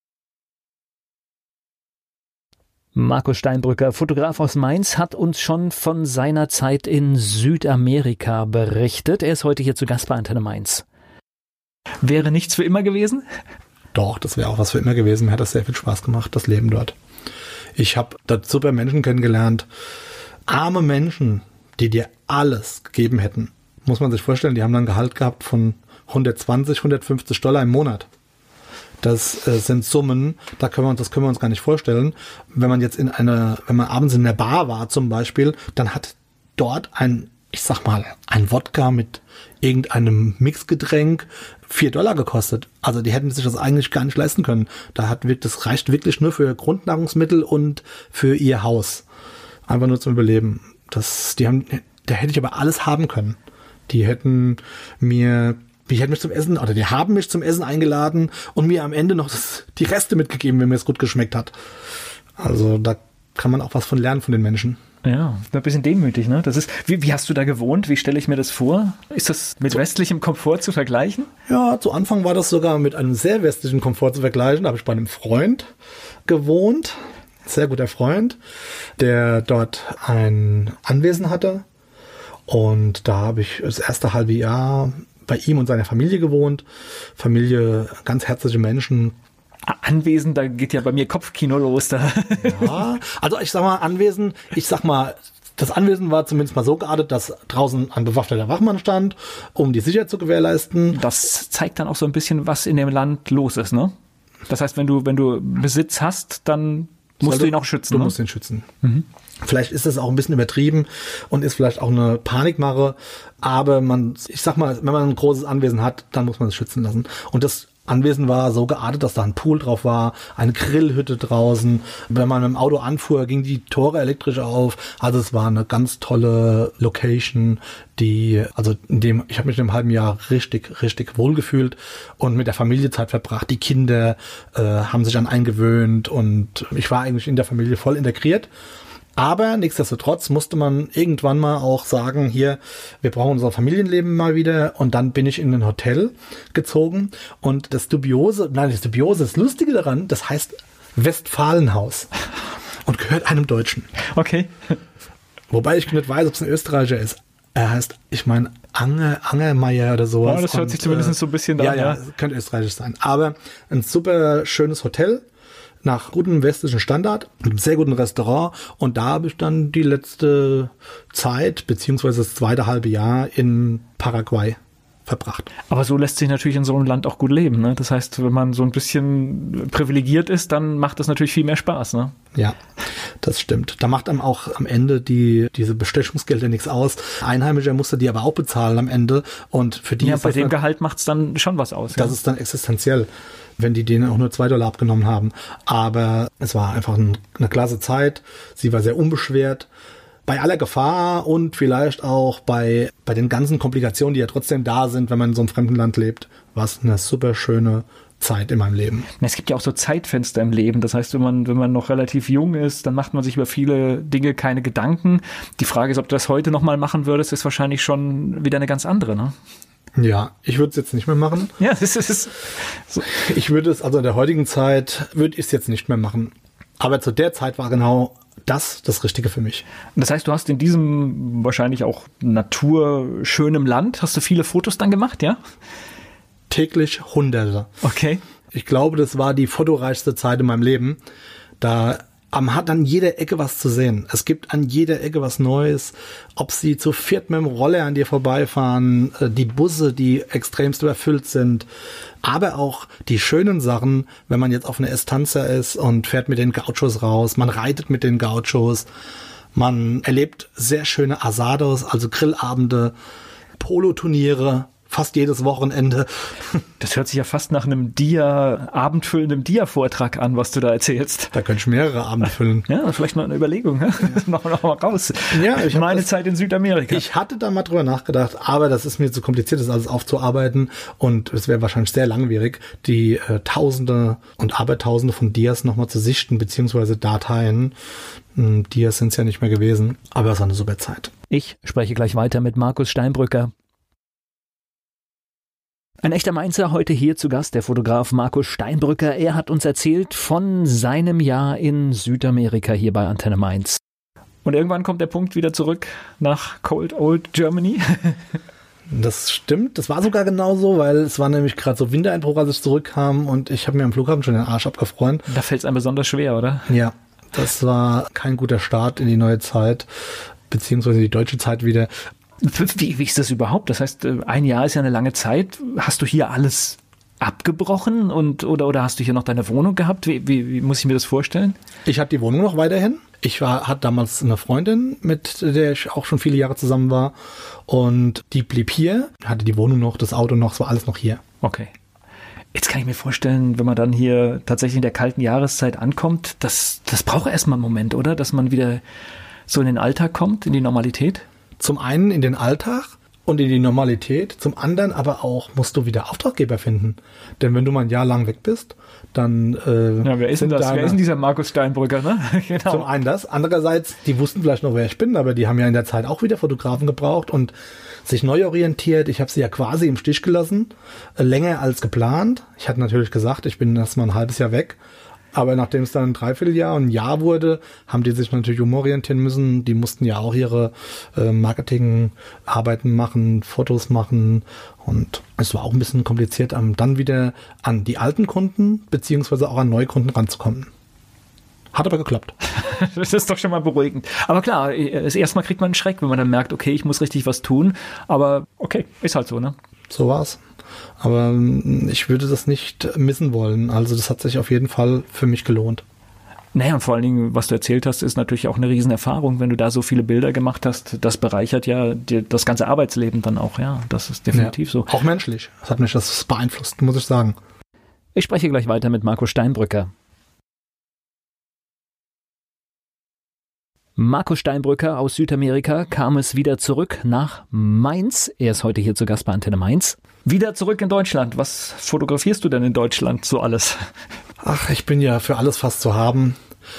Markus Steinbrücker, Fotograf aus Mainz, hat uns schon von seiner Zeit in Südamerika berichtet. Er ist heute hier zu Gast bei Antenne Mainz. Wäre nichts für immer gewesen? Doch, das wäre auch was für immer gewesen. Mir hat das sehr viel Spaß gemacht, das Leben dort. Ich habe dort super Menschen kennengelernt. Arme Menschen, die dir alles gegeben hätten. Muss man sich vorstellen, die haben dann ein Gehalt gehabt von hundertzwanzig, hundertfünfzig Dollar im Monat. Das äh, sind Summen, da können wir uns, das können wir uns gar nicht vorstellen. Wenn man jetzt in einer, wenn man abends in der Bar war zum Beispiel, dann hat dort ein, ich sag mal, ein Wodka mit irgendeinem Mixgetränk vier Dollar gekostet. Also die hätten sich das eigentlich gar nicht leisten können. Da hat wirklich, das reicht wirklich nur für Grundnahrungsmittel und für ihr Haus. Einfach nur zum Überleben. Das, die haben, da hätte ich aber alles haben können. Die hätten mir Ich hätte mich zum Essen, oder die haben mich zum Essen eingeladen und mir am Ende noch das, die Reste mitgegeben, wenn mir es gut geschmeckt hat. Also da kann man auch was von lernen von den Menschen. Ja, ein bisschen demütig, ne? Das ist, wie, wie hast du da gewohnt? Wie stelle ich mir das vor? Ist das mit so westlichem Komfort zu vergleichen? Ja, zu Anfang war das sogar mit einem sehr westlichen Komfort zu vergleichen. Da habe ich bei einem Freund gewohnt, sehr guter Freund, der dort ein Anwesen hatte. Und da habe ich das erste halbe Jahr bei ihm und seiner Familie gewohnt. Familie, ganz herzliche Menschen. Anwesen, da geht ja bei mir Kopfkino los. Da. Ja, also ich sag mal, Anwesen, ich sag mal, das Anwesen war zumindest mal so geartet, dass draußen ein bewaffneter Wachmann stand, um die Sicherheit zu gewährleisten. Das zeigt dann auch so ein bisschen, was in dem Land los ist, ne? Das heißt, wenn du, wenn du Besitz hast, dann musst also, du ihn auch schützen. Du ne? musst ihn schützen. Mhm. Vielleicht ist das auch ein bisschen übertrieben und ist vielleicht auch eine Panikmache, aber man, ich sag mal, wenn man ein großes Anwesen hat, dann muss man es schützen lassen. Und das Anwesen war so geartet, dass da ein Pool drauf war, eine Grillhütte draußen. Wenn man mit dem Auto anfuhr, gingen die Tore elektrisch auf. Also es war eine ganz tolle Location, die, also in dem, ich habe mich in einem halben Jahr richtig, richtig wohlgefühlt und mit der Familie Zeit verbracht. Die Kinder äh, haben sich an eingewöhnt und ich war eigentlich in der Familie voll integriert. Aber nichtsdestotrotz musste man irgendwann mal auch sagen, hier, wir brauchen unser Familienleben mal wieder. Und dann bin ich in ein Hotel gezogen. Und das Dubiose, nein, das Dubiose, das Lustige daran, das heißt Westfalenhaus und gehört einem Deutschen. Okay. Wobei ich nicht weiß, ob es ein Österreicher ist. Er heißt, ich meine, Anger, Angermeier oder sowas. Ja, das hört und, sich zumindest äh, so ein bisschen ja, an. Ja, ja, könnte österreichisch sein. Aber ein super schönes Hotel. Nach gutem westlichen Standard, mit einem sehr guten Restaurant. Und da habe ich dann die letzte Zeit, beziehungsweise das zweite halbe Jahr in Paraguay verbracht. Aber so lässt sich natürlich in so einem Land auch gut leben. Ne? Das heißt, wenn man so ein bisschen privilegiert ist, dann macht das natürlich viel mehr Spaß. Ne? Ja, das stimmt. Da macht einem auch am Ende die diese Bestechungsgelder nichts aus. Einheimischer musste die aber auch bezahlen am Ende. Und für die ja, ist bei das dem dann, Gehalt macht es dann schon was aus. Das ja. ist dann existenziell, wenn die denen auch nur zwei Dollar abgenommen haben. Aber es war einfach ein, eine klasse Zeit. Sie war sehr unbeschwert. Bei aller Gefahr und vielleicht auch bei, bei den ganzen Komplikationen, die ja trotzdem da sind, wenn man in so einem fremden Land lebt, war es eine super schöne Zeit in meinem Leben. Es gibt ja auch so Zeitfenster im Leben. Das heißt, wenn man, wenn man noch relativ jung ist, dann macht man sich über viele Dinge keine Gedanken. Die Frage ist, ob du das heute nochmal machen würdest, ist wahrscheinlich schon wieder eine ganz andere, ne? Ja, ich würde es jetzt nicht mehr machen. Ja, das ist so. Ich würde es, also in der heutigen Zeit, würde ich es jetzt nicht mehr machen. Aber zu der Zeit war genau das das Richtige für mich. Das heißt, du hast in diesem wahrscheinlich auch naturschönem Land, hast du viele Fotos dann gemacht, ja? Täglich Hunderte. Okay. Ich glaube, das war die fotoreichste Zeit in meinem Leben. Da man hat an jeder Ecke was zu sehen. Es gibt an jeder Ecke was Neues. Ob sie zu viert mit dem Roller an dir vorbeifahren, die Busse, die extremst überfüllt sind, aber auch die schönen Sachen, wenn man jetzt auf einer Estancia ist und fährt mit den Gauchos raus, man reitet mit den Gauchos, man erlebt sehr schöne Asados, also Grillabende, Poloturniere, fast jedes Wochenende. Das hört sich ja fast nach einem Dia, abendfüllenden Dia-Vortrag an, was du da erzählst. Da könnte ich mehrere Abende füllen. Ja, vielleicht mal eine Überlegung. Ja? noch, noch mal raus. Ja, ich Meine das, Zeit in Südamerika. Ich hatte da mal drüber nachgedacht, aber das ist mir zu kompliziert, das alles aufzuarbeiten und es wäre wahrscheinlich sehr langwierig, die äh, Tausende und Abertausende von Dias nochmal zu sichten, beziehungsweise Dateien. Hm, Dias sind es ja nicht mehr gewesen, aber es war eine super Zeit. Ich spreche gleich weiter mit Markus Steinbrücker. Ein echter Mainzer, heute hier zu Gast, der Fotograf Markus Steinbrücker. Er hat uns erzählt von seinem Jahr in Südamerika hier bei Antenne Mainz. Und irgendwann kommt der Punkt wieder zurück nach Cold Old Germany. Das stimmt, das war sogar genauso, weil es war nämlich gerade so Wintereinbruch, als ich zurückkam und ich habe mir am Flughafen schon den Arsch abgefroren. Da fällt es einem besonders schwer, oder? Ja, das war kein guter Start in die neue Zeit, beziehungsweise die deutsche Zeit wieder. Wie, wie ist das überhaupt? Das heißt, ein Jahr ist ja eine lange Zeit. Hast du hier alles abgebrochen und oder oder hast du hier noch deine Wohnung gehabt? Wie, wie, wie muss ich mir das vorstellen? Ich hatte die Wohnung noch weiterhin. Ich war hatte damals eine Freundin, mit der ich auch schon viele Jahre zusammen war und die blieb hier, hatte die Wohnung noch, das Auto noch, es war alles noch hier. Okay. Jetzt kann ich mir vorstellen, wenn man dann hier tatsächlich in der kalten Jahreszeit ankommt, das, das braucht erstmal einen Moment, oder? Dass man wieder so in den Alltag kommt, in die Normalität? Zum einen in den Alltag und in die Normalität, zum anderen aber auch musst du wieder Auftraggeber finden. Denn wenn du mal ein Jahr lang weg bist, dann äh, ja, wer ist denn das? Deine, wer ist denn dieser Markus Steinbrücker, ne? Genau. Zum einen das. Andererseits, die wussten vielleicht noch, wer ich bin, aber die haben ja in der Zeit auch wieder Fotografen gebraucht und sich neu orientiert. Ich habe sie ja quasi im Stich gelassen, äh, länger als geplant. Ich hatte natürlich gesagt, ich bin erst mal ein halbes Jahr weg. Aber nachdem es dann ein Dreivierteljahr und ein Jahr wurde, haben die sich natürlich umorientieren müssen. Die mussten ja auch ihre äh, Marketingarbeiten machen, Fotos machen. Und es war auch ein bisschen kompliziert, um dann wieder an die alten Kunden beziehungsweise auch an neue Kunden ranzukommen. Hat aber geklappt. Das ist doch schon mal beruhigend. Aber klar, das erste Mal kriegt man einen Schreck, wenn man dann merkt, okay, ich muss richtig was tun. Aber okay, ist halt so, ne? So war's. Aber ich würde das nicht missen wollen. Also das hat sich auf jeden Fall für mich gelohnt. Naja, und vor allen Dingen, was du erzählt hast, ist natürlich auch eine Riesenerfahrung, wenn du da so viele Bilder gemacht hast. Das bereichert ja die, das ganze Arbeitsleben dann auch, ja. Das ist definitiv ja, so. Auch menschlich. Das hat mich das beeinflusst, muss ich sagen. Ich spreche gleich weiter mit Marco Steinbrücker. Marco Steinbrücker aus Südamerika kam es wieder zurück nach Mainz. Er ist heute hier zu Gast bei Antenne Mainz. Wieder zurück in Deutschland. Was fotografierst du denn in Deutschland so alles? Ach, ich bin ja für alles fast zu haben.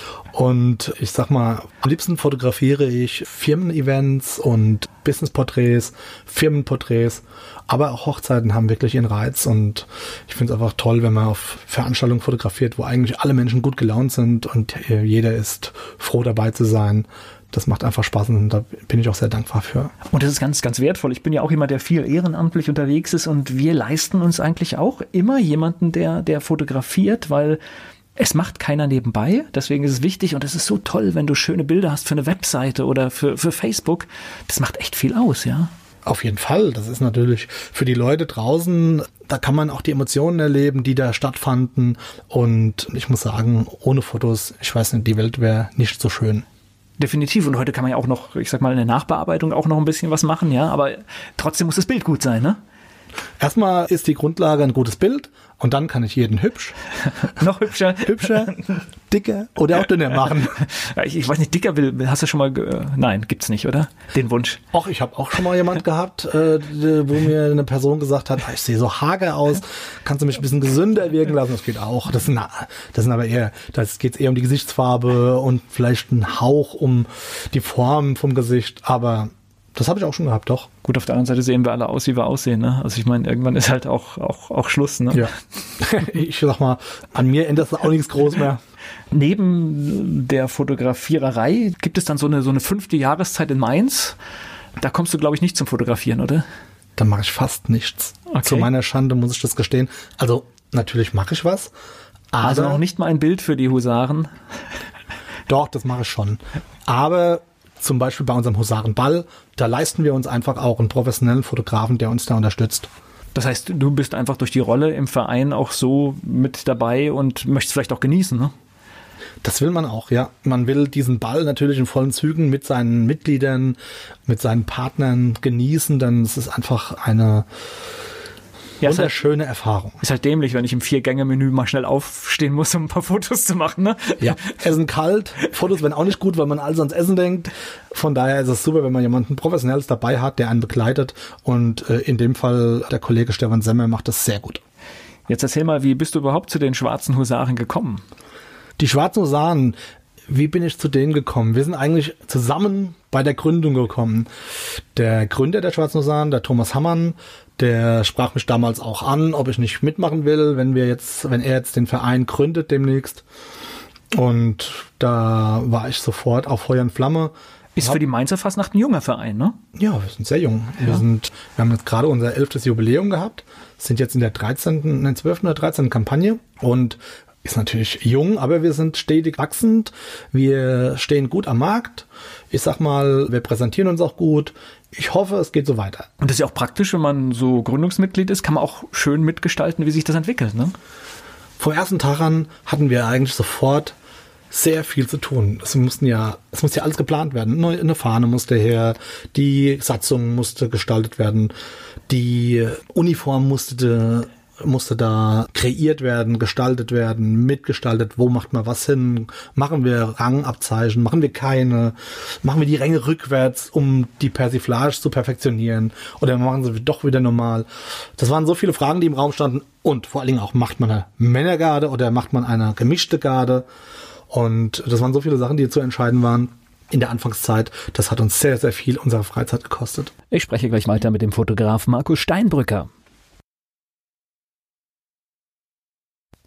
Und ich sag mal, am liebsten fotografiere ich Firmen-Events und Business-Porträts, Firmenporträts, aber auch Hochzeiten haben wirklich ihren Reiz und ich finde es einfach toll, wenn man auf Veranstaltungen fotografiert, wo eigentlich alle Menschen gut gelaunt sind und jeder ist froh dabei zu sein. Das macht einfach Spaß und da bin ich auch sehr dankbar für. Und das ist ganz, ganz wertvoll. Ich bin ja auch jemand, der viel ehrenamtlich unterwegs ist und wir leisten uns eigentlich auch immer jemanden, der, der fotografiert, weil es macht keiner nebenbei, deswegen ist es wichtig und es ist so toll, wenn du schöne Bilder hast für eine Webseite oder für, für Facebook. Das macht echt viel aus, ja. Auf jeden Fall. Das ist natürlich für die Leute draußen, da kann man auch die Emotionen erleben, die da stattfanden. Und ich muss sagen, ohne Fotos, ich weiß nicht, die Welt wäre nicht so schön. Definitiv. Und heute kann man ja auch noch, ich sag mal, in der Nachbearbeitung auch noch ein bisschen was machen, ja. Aber trotzdem muss das Bild gut sein, ne? Erstmal ist die Grundlage ein gutes Bild und dann kann ich jeden hübsch, noch hübscher, hübscher, dicker oder auch dünner machen. Ich, ich weiß nicht, dicker will, hast du schon mal, äh, nein, gibt's nicht, oder? Den Wunsch. Ach, ich habe auch schon mal jemand gehabt, äh, wo mir eine Person gesagt hat, ich sehe so hager aus, kannst du mich ein bisschen gesünder wirken lassen? Das geht auch. Das sind, das sind aber eher, das geht eher um die Gesichtsfarbe und vielleicht ein Hauch um die Form vom Gesicht, aber das habe ich auch schon gehabt, doch. Gut, auf der anderen Seite sehen wir alle aus, wie wir aussehen, ne? Also ich meine, irgendwann ist halt auch, auch, auch Schluss, ne? Ja. Ich sag mal, an mir ändert das auch nichts groß mehr. Neben der Fotografiererei gibt es dann so eine, so eine fünfte Jahreszeit in Mainz. Da kommst du, glaube ich, nicht zum Fotografieren, oder? Da mache ich fast nichts. Okay. Zu meiner Schande muss ich das gestehen. Also, natürlich mache ich was. Aber also noch nicht mal ein Bild für die Husaren? Doch, das mache ich schon. Aber zum Beispiel bei unserem Husarenball, da leisten wir uns einfach auch einen professionellen Fotografen, der uns da unterstützt. Das heißt, du bist einfach durch die Rolle im Verein auch so mit dabei und möchtest vielleicht auch genießen, ne? Das will man auch, ja. Man will diesen Ball natürlich in vollen Zügen mit seinen Mitgliedern, mit seinen Partnern genießen, denn es ist einfach eine ja, wunderschöne halt, Erfahrung. Ist halt dämlich, wenn ich im Vier-Gänge-Menü mal schnell aufstehen muss, um ein paar Fotos zu machen, ne? Ja, Essen kalt, Fotos werden auch nicht gut, weil man alles ans Essen denkt. Von daher ist es super, wenn man jemanden Professionelles dabei hat, der einen begleitet. Und äh, in dem Fall der Kollege Stefan Semmer macht das sehr gut. Jetzt erzähl mal, wie bist du überhaupt zu den Schwarzen Husaren gekommen? Die Schwarzen Husaren, wie bin ich zu denen gekommen? Wir sind eigentlich zusammen bei der Gründung gekommen. Der Gründer der Schwarzen Husaren, der Thomas Hammann, der sprach mich damals auch an, ob ich nicht mitmachen will, wenn wir jetzt, wenn er jetzt den Verein gründet demnächst. Und da war ich sofort auf Feuer und Flamme. Ist für die Mainzer Fastnacht ein junger Verein, ne? Ja, wir sind sehr jung. Ja. Wir sind, wir haben jetzt gerade unser elftes Jubiläum gehabt, sind jetzt in der dreizehnten, in der zwölften oder dreizehnten Kampagne und ist natürlich jung, aber wir sind stetig wachsend. Wir stehen gut am Markt. Ich sag mal, wir präsentieren uns auch gut. Ich hoffe, es geht so weiter. Und das ist ja auch praktisch, wenn man so Gründungsmitglied ist, kann man auch schön mitgestalten, wie sich das entwickelt, ne? Vom ersten Tag an hatten wir eigentlich sofort sehr viel zu tun. Es mussten ja, es musste ja alles geplant werden. Eine Fahne musste her, die Satzung musste gestaltet werden, die Uniform musste musste da kreiert werden, gestaltet werden, mitgestaltet, wo macht man was hin, machen wir Rangabzeichen, machen wir keine, machen wir die Ränge rückwärts, um die Persiflage zu perfektionieren oder machen sie doch wieder normal. Das waren so viele Fragen, die im Raum standen und vor allen Dingen auch, macht man eine Männergarde oder macht man eine gemischte Garde und das waren so viele Sachen, die zu entscheiden waren. In der Anfangszeit, das hat uns sehr, sehr viel unserer Freizeit gekostet. Ich spreche gleich weiter mit dem Fotograf Marco Steinbrücker.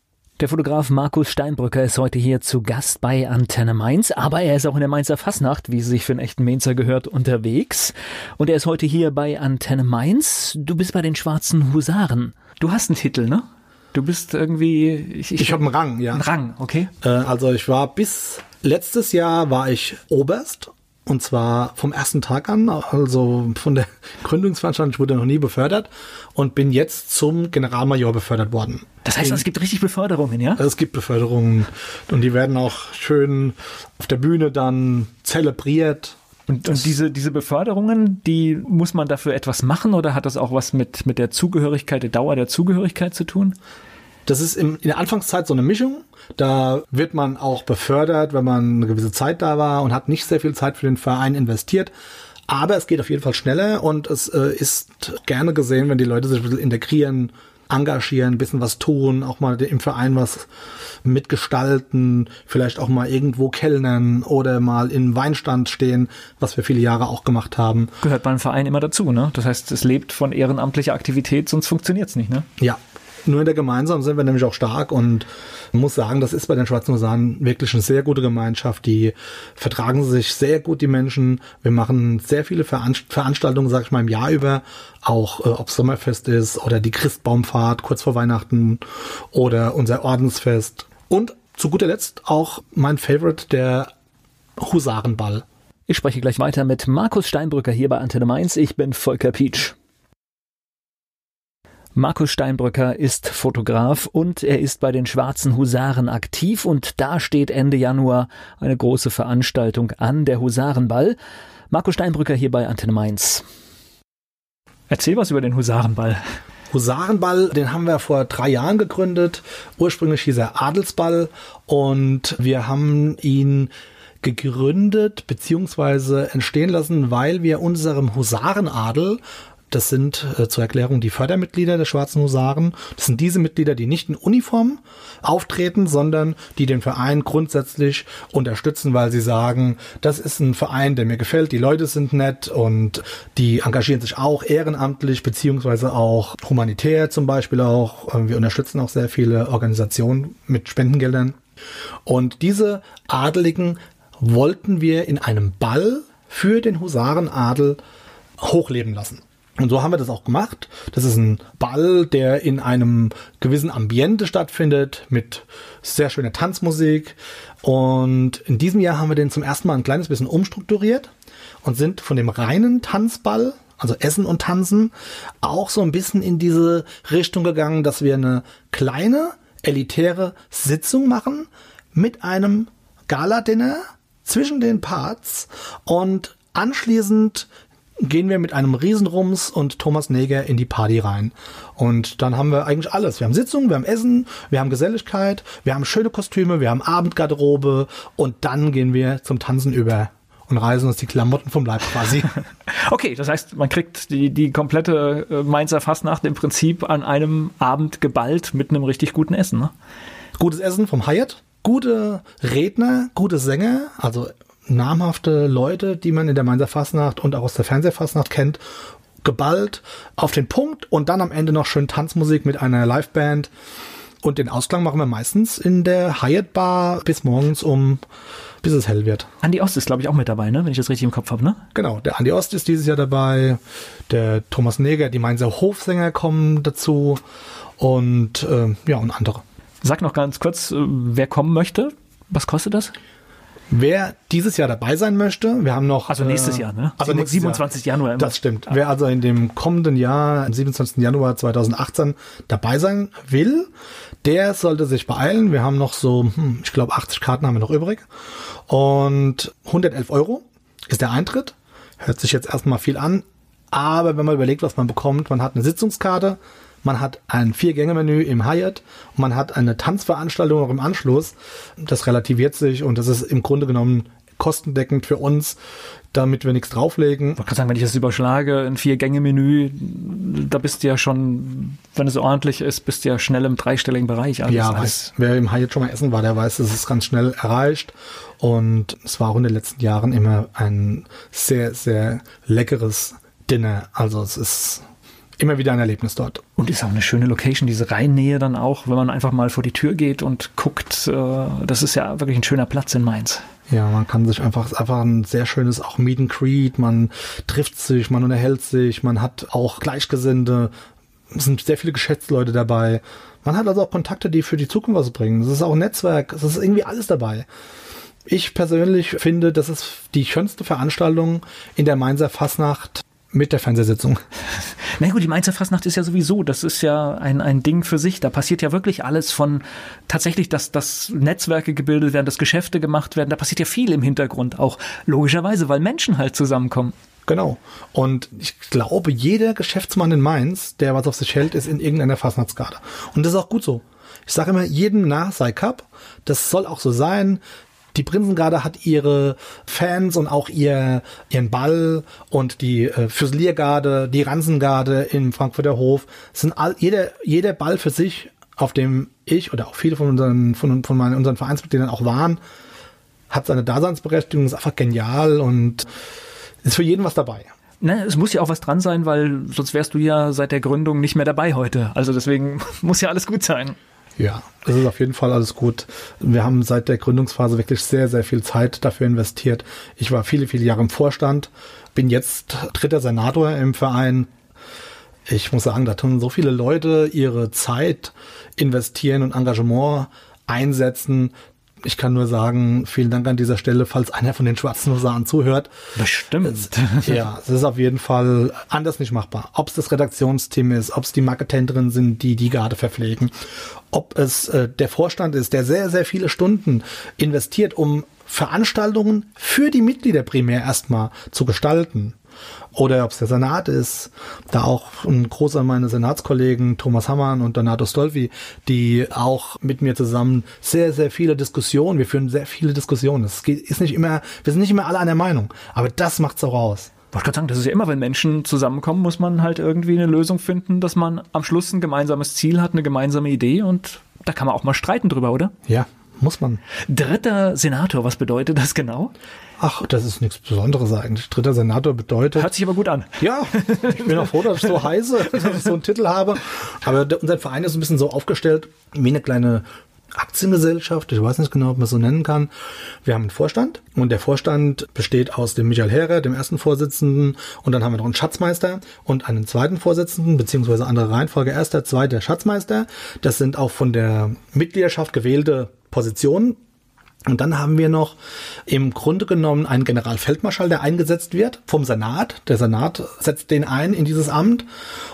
Der Fotograf Markus Steinbrücker ist heute hier zu Gast bei Antenne Mainz, aber er ist auch in der Mainzer Fasnacht, wie es sich für einen echten Mainzer gehört, unterwegs. Und er ist heute hier bei Antenne Mainz. Du bist bei den Schwarzen Husaren. Du hast einen Titel, ne? Du bist irgendwie... Ich, ich, ich habe einen Rang, ja. Einen Rang, okay. Äh, also ich war bis letztes Jahr war ich Oberst. Und zwar vom ersten Tag an, also von der Gründungsveranstaltung, ich wurde noch nie befördert und bin jetzt zum Generalmajor befördert worden. Das heißt, es gibt richtig Beförderungen, ja? Es gibt Beförderungen und die werden auch schön auf der Bühne dann zelebriert. Und, und diese, diese Beförderungen, die muss man dafür etwas machen oder hat das auch was mit, mit der Zugehörigkeit, der Dauer der Zugehörigkeit zu tun? Das ist im, in der Anfangszeit so eine Mischung. Da wird man auch befördert, wenn man eine gewisse Zeit da war und hat nicht sehr viel Zeit für den Verein investiert. Aber es geht auf jeden Fall schneller und es äh, ist gerne gesehen, wenn die Leute sich ein bisschen integrieren, engagieren, ein bisschen was tun, auch mal im Verein was mitgestalten, vielleicht auch mal irgendwo kellnern oder mal im Weinstand stehen, was wir viele Jahre auch gemacht haben. Gehört beim Verein immer dazu, ne? Das heißt, es lebt von ehrenamtlicher Aktivität, sonst funktioniert es nicht, ne? Ja. Nur in der Gemeinsam sind wir nämlich auch stark und man muss sagen, das ist bei den Schwarzen Husaren wirklich eine sehr gute Gemeinschaft. Die vertragen sich sehr gut, die Menschen. Wir machen sehr viele Veranstaltungen, sag ich mal, im Jahr über. Auch äh, ob Sommerfest ist oder die Christbaumfahrt kurz vor Weihnachten oder unser Ordensfest. Und zu guter Letzt auch mein Favorite, der Husarenball. Ich spreche gleich weiter mit Markus Steinbrücker hier bei Antenne Mainz. Ich bin Volker Pietsch. Markus Steinbrücker ist Fotograf und er ist bei den Schwarzen Husaren aktiv und da steht Ende Januar eine große Veranstaltung an, der Husarenball. Markus Steinbrücker hier bei Antenne Mainz. Erzähl was über den Husarenball. Husarenball, den haben wir vor drei Jahren gegründet. Ursprünglich hieß er Adelsball und wir haben ihn gegründet bzw. entstehen lassen, weil wir unserem Husarenadel, das sind äh, zur Erklärung die Fördermitglieder der Schwarzen Husaren. Das sind diese Mitglieder, die nicht in Uniform auftreten, sondern die den Verein grundsätzlich unterstützen, weil sie sagen, das ist ein Verein, der mir gefällt, die Leute sind nett und die engagieren sich auch ehrenamtlich beziehungsweise auch humanitär zum Beispiel auch. Wir unterstützen auch sehr viele Organisationen mit Spendengeldern. Und diese Adeligen wollten wir in einem Ball für den Husarenadel hochleben lassen. Und so haben wir das auch gemacht. Das ist ein Ball, der in einem gewissen Ambiente stattfindet, mit sehr schöner Tanzmusik. Und in diesem Jahr haben wir den zum ersten Mal ein kleines bisschen umstrukturiert und sind von dem reinen Tanzball, also Essen und Tanzen, auch so ein bisschen in diese Richtung gegangen, dass wir eine kleine, elitäre Sitzung machen mit einem Gala-Dinner zwischen den Parts und anschließend gehen wir mit einem Riesenrums und Thomas Neger in die Party rein. Und dann haben wir eigentlich alles. Wir haben Sitzungen, wir haben Essen, wir haben Geselligkeit, wir haben schöne Kostüme, wir haben Abendgarderobe und dann gehen wir zum Tanzen über und reißen uns die Klamotten vom Leib quasi. Okay, das heißt, man kriegt die, die komplette Mainzer Fastnacht im Prinzip an einem Abend geballt mit einem richtig guten Essen, ne? Gutes Essen vom Hyatt, gute Redner, gute Sänger, also namhafte Leute, die man in der Mainzer Fastnacht und auch aus der Fernsehfastnacht kennt, geballt auf den Punkt und dann am Ende noch schön Tanzmusik mit einer Liveband. Und den Ausklang machen wir meistens in der Hyatt Bar bis morgens um, bis es hell wird. Andi Ost ist, glaube ich, auch mit dabei, ne? Wenn ich das richtig im Kopf habe, ne? Genau, der Andi Ost ist dieses Jahr dabei, der Thomas Neger, die Mainzer Hofsänger kommen dazu und äh, ja, und andere. Sag noch ganz kurz, wer kommen möchte, was kostet das? Wer dieses Jahr dabei sein möchte, wir haben noch... Also nächstes Jahr, ne? Also siebenundzwanzigsten Januar. Immer. Das stimmt. Ja. Wer also in dem kommenden Jahr, am siebenundzwanzigsten Januar zweitausendachtzehn dabei sein will, der sollte sich beeilen. Wir haben noch so, hm, ich glaube achtzig Karten haben wir noch übrig. Und hundertelf Euro ist der Eintritt. Hört sich jetzt erstmal viel an. Aber wenn man überlegt, was man bekommt, man hat eine Sitzungskarte, man hat ein Vier-Gänge-Menü im Hyatt und man hat eine Tanzveranstaltung auch im Anschluss. Das relativiert sich und das ist im Grunde genommen kostendeckend für uns, damit wir nichts drauflegen. Ich wollte gerade sagen, wenn ich das überschlage, ein Vier-Gänge-Menü, da bist du ja schon, wenn es ordentlich ist, bist du ja schnell im dreistelligen Bereich. Alles, ja, alles. Weiß, wer im Hyatt schon mal essen war, der weiß, es ist ganz schnell erreicht. Und es war auch in den letzten Jahren immer ein sehr, sehr leckeres Dinner. Also es ist immer wieder ein Erlebnis dort. Und ist auch eine schöne Location, diese Rheinnähe dann auch, wenn man einfach mal vor die Tür geht und guckt. Äh, das ist ja wirklich ein schöner Platz in Mainz. Ja, man kann sich einfach, einfach ein sehr schönes auch Meet and Greet, man trifft sich, man unterhält sich, man hat auch Gleichgesinnte, es sind sehr viele Geschäftsleute dabei. Man hat also auch Kontakte, die für die Zukunft was bringen. Es ist auch ein Netzwerk, es ist irgendwie alles dabei. Ich persönlich finde, das ist die schönste Veranstaltung in der Mainzer Fastnacht mit der Fernsehsitzung. Na gut, die Mainzer Fastnacht ist ja sowieso, das ist ja ein, ein Ding für sich. Da passiert ja wirklich alles von tatsächlich, dass, dass Netzwerke gebildet werden, dass Geschäfte gemacht werden. Da passiert ja viel im Hintergrund auch, logischerweise, weil Menschen halt zusammenkommen. Genau. Und ich glaube, jeder Geschäftsmann in Mainz, der was auf sich hält, ist in irgendeiner Fastnachtsgarde. Und das ist auch gut so. Ich sage immer, jedem nach sei Cup. Das soll auch so sein. Die Prinzengarde hat ihre Fans und auch ihr, ihren Ball und die äh, Füsiliergarde, die Ransengarde im Frankfurter Hof. Es sind all, jeder, jeder Ball für sich, auf dem ich oder auch viele von unseren, von, von meinen, unseren Vereinsmitgliedern auch waren, hat seine Daseinsberechtigung, ist einfach genial und ist für jeden was dabei. Ne, es muss ja auch was dran sein, weil sonst wärst du ja seit der Gründung nicht mehr dabei heute. Also deswegen muss ja alles gut sein. Ja, es ist auf jeden Fall alles gut. Wir haben seit der Gründungsphase wirklich sehr, sehr viel Zeit dafür investiert. Ich war viele, viele Jahre im Vorstand, bin jetzt dritter Senator im Verein. Ich muss sagen, da tun so viele Leute ihre Zeit investieren und Engagement einsetzen. Ich kann nur sagen, vielen Dank an dieser Stelle, falls einer von den schwarzen Husaren zuhört. Bestimmt. Es, ja, es ist auf jeden Fall anders nicht machbar. Ob es das Redaktionsteam ist, ob es die Marketenterinnen sind, die die Garde verpflegen, ob es äh, der Vorstand ist, der sehr, sehr viele Stunden investiert, um Veranstaltungen für die Mitglieder primär erstmal zu gestalten. Oder ob es der Senat ist, da auch ein großer meiner Senatskollegen Thomas Hammann und Donato Stolfi, die auch mit mir zusammen sehr, sehr viele Diskussionen, wir führen sehr viele Diskussionen. Es ist nicht immer, wir sind nicht immer alle einer Meinung, aber das macht's auch aus. Ich wollte gerade sagen, das ist ja immer, wenn Menschen zusammenkommen, muss man halt irgendwie eine Lösung finden, dass man am Schluss ein gemeinsames Ziel hat, eine gemeinsame Idee und da kann man auch mal streiten drüber, oder? Ja, muss man. Dritter Senator, was bedeutet das genau? Ach, das ist nichts Besonderes eigentlich. Dritter Senator bedeutet... Hört sich aber gut an. Ja, ich bin auch froh, dass ich so heiße, dass ich so einen Titel habe. Aber der, unser Verein ist ein bisschen so aufgestellt, wie eine kleine Aktiengesellschaft. Ich weiß nicht genau, ob man es so nennen kann. Wir haben einen Vorstand und der Vorstand besteht aus dem Michael Herer, dem ersten Vorsitzenden, und dann haben wir noch einen Schatzmeister und einen zweiten Vorsitzenden, beziehungsweise andere Reihenfolge, erster, zweiter Schatzmeister. Das sind auch von der Mitgliedschaft gewählte Positionen. Und dann haben wir noch im Grunde genommen einen Generalfeldmarschall, der eingesetzt wird vom Senat. Der Senat setzt den ein in dieses Amt.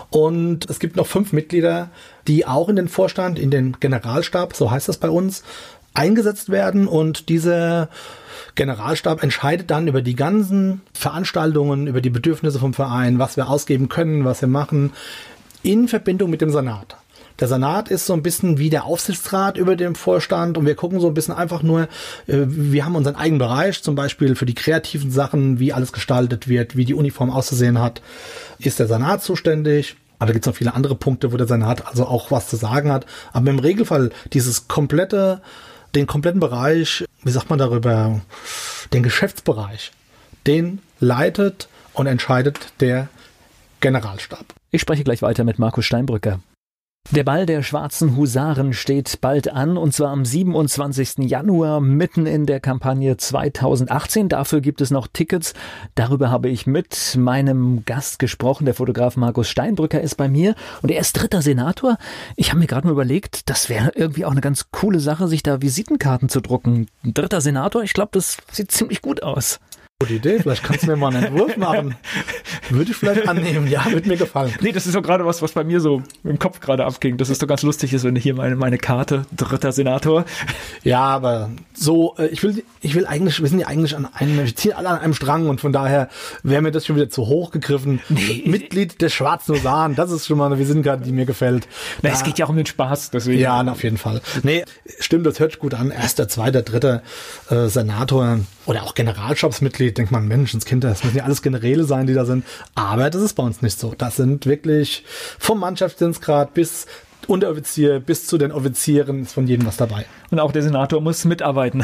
Und es gibt noch fünf Mitglieder, die auch in den Vorstand, in den Generalstab, so heißt das bei uns, eingesetzt werden. Und dieser Generalstab entscheidet dann über die ganzen Veranstaltungen, über die Bedürfnisse vom Verein, was wir ausgeben können, was wir machen, in Verbindung mit dem Senat. Der Senat ist so ein bisschen wie der Aufsichtsrat über dem Vorstand und wir gucken so ein bisschen einfach nur, wir haben unseren eigenen Bereich, zum Beispiel für die kreativen Sachen, wie alles gestaltet wird, wie die Uniform auszusehen hat, ist der Senat zuständig. Aber da gibt es noch viele andere Punkte, wo der Senat also auch was zu sagen hat. Aber im Regelfall dieses komplette, den kompletten Bereich, wie sagt man darüber, den Geschäftsbereich, den leitet und entscheidet der Generalstab. Ich spreche gleich weiter mit Markus Steinbrücker. Der Ball der schwarzen Husaren steht bald an, und zwar am siebenundzwanzigsten Januar, mitten in der Kampagne zweitausendachtzehn. Dafür gibt es noch Tickets. Darüber habe ich mit meinem Gast gesprochen. Der Fotograf Markus Steinbrücker ist bei mir und er ist dritter Senator. Ich habe mir gerade mal überlegt, das wäre irgendwie auch eine ganz coole Sache, sich da Visitenkarten zu drucken. Dritter Senator, ich glaube, das sieht ziemlich gut aus. Gute Idee, vielleicht kannst du mir mal einen Entwurf machen. Würde ich vielleicht annehmen, ja, würde mir gefallen. Nee, das ist so gerade was, was bei mir so im Kopf gerade abging, dass es doch ganz lustig ist, wenn hier meine, meine Karte, dritter Senator. Ja, aber so, ich will, ich will eigentlich, wir sind ja eigentlich an einem, wir ziehen alle an einem Strang und von daher wäre mir das schon wieder zu hoch gegriffen. Nee. Mitglied des Schwarzen Husaren, das ist schon mal eine Visitenkarte, die mir gefällt. Na, es geht ja auch um den Spaß, deswegen. Ja, auf jeden Fall. Nee, stimmt, das hört sich gut an. Erster, zweiter, dritter äh, Senator oder auch Generalstabsmitglied. Denkt man, Menschenskinder, das müssen ja alles Generäle sein, die da sind. Aber das ist bei uns nicht so. Das sind wirklich vom Mannschaftsdienstgrad bis Unteroffizier bis zu den Offizieren ist von jedem was dabei. Und auch der Senator muss mitarbeiten.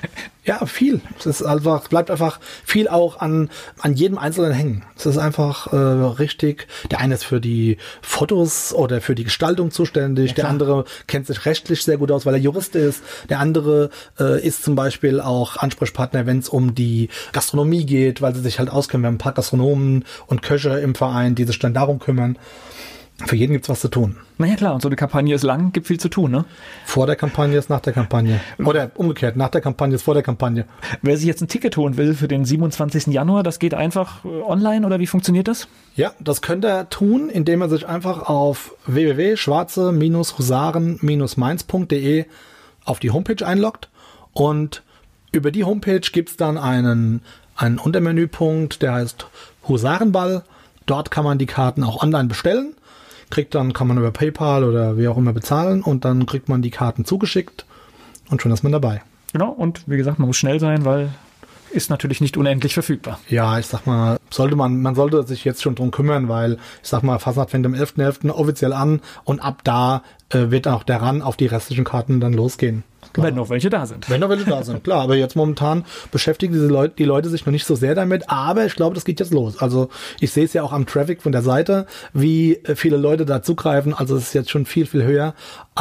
Ja, viel. Es ist einfach, bleibt einfach viel auch an, an jedem Einzelnen hängen. Es ist einfach äh, richtig. Der eine ist für die Fotos oder für die Gestaltung zuständig. Ja, der andere kennt sich rechtlich sehr gut aus, weil er Jurist ist. Der andere äh, ist zum Beispiel auch Ansprechpartner, wenn es um die Gastronomie geht, weil sie sich halt auskennen. Wir haben ein paar Gastronomen und Köche im Verein, die sich dann darum kümmern. Für jeden gibt's was zu tun. Na ja, klar, und so eine Kampagne ist lang, gibt viel zu tun, ne? Vor der Kampagne ist nach der Kampagne. Oder umgekehrt, nach der Kampagne ist vor der Kampagne. Wer sich jetzt ein Ticket holen will für den siebenundzwanzigsten Januar, das geht einfach online oder wie funktioniert das? Ja, das könnt ihr tun, indem ihr sich einfach auf w w w punkt schwarze husaren mainz punkt de auf die Homepage einloggt und über die Homepage gibt's dann einen, einen Untermenüpunkt, der heißt Husarenball. Dort kann man die Karten auch online bestellen. Kriegt dann, kann man über PayPal oder wie auch immer bezahlen und dann kriegt man die Karten zugeschickt und schon ist man dabei. Genau, und wie gesagt, man muss schnell sein, weil ist natürlich nicht unendlich verfügbar. Ja, ich sag mal, sollte man, man sollte sich jetzt schon drum kümmern, weil ich sag mal, Fastnacht fängt am elften elften offiziell an und ab da äh, wird auch der Run auf die restlichen Karten dann losgehen. Klar. Wenn noch welche da sind. Wenn noch welche da sind, klar. Aber jetzt momentan beschäftigen diese Leute, die Leute sich noch nicht so sehr damit. Aber ich glaube, das geht jetzt los. Also ich sehe es ja auch am Traffic von der Seite, wie viele Leute da zugreifen. Also es ist jetzt schon viel, viel höher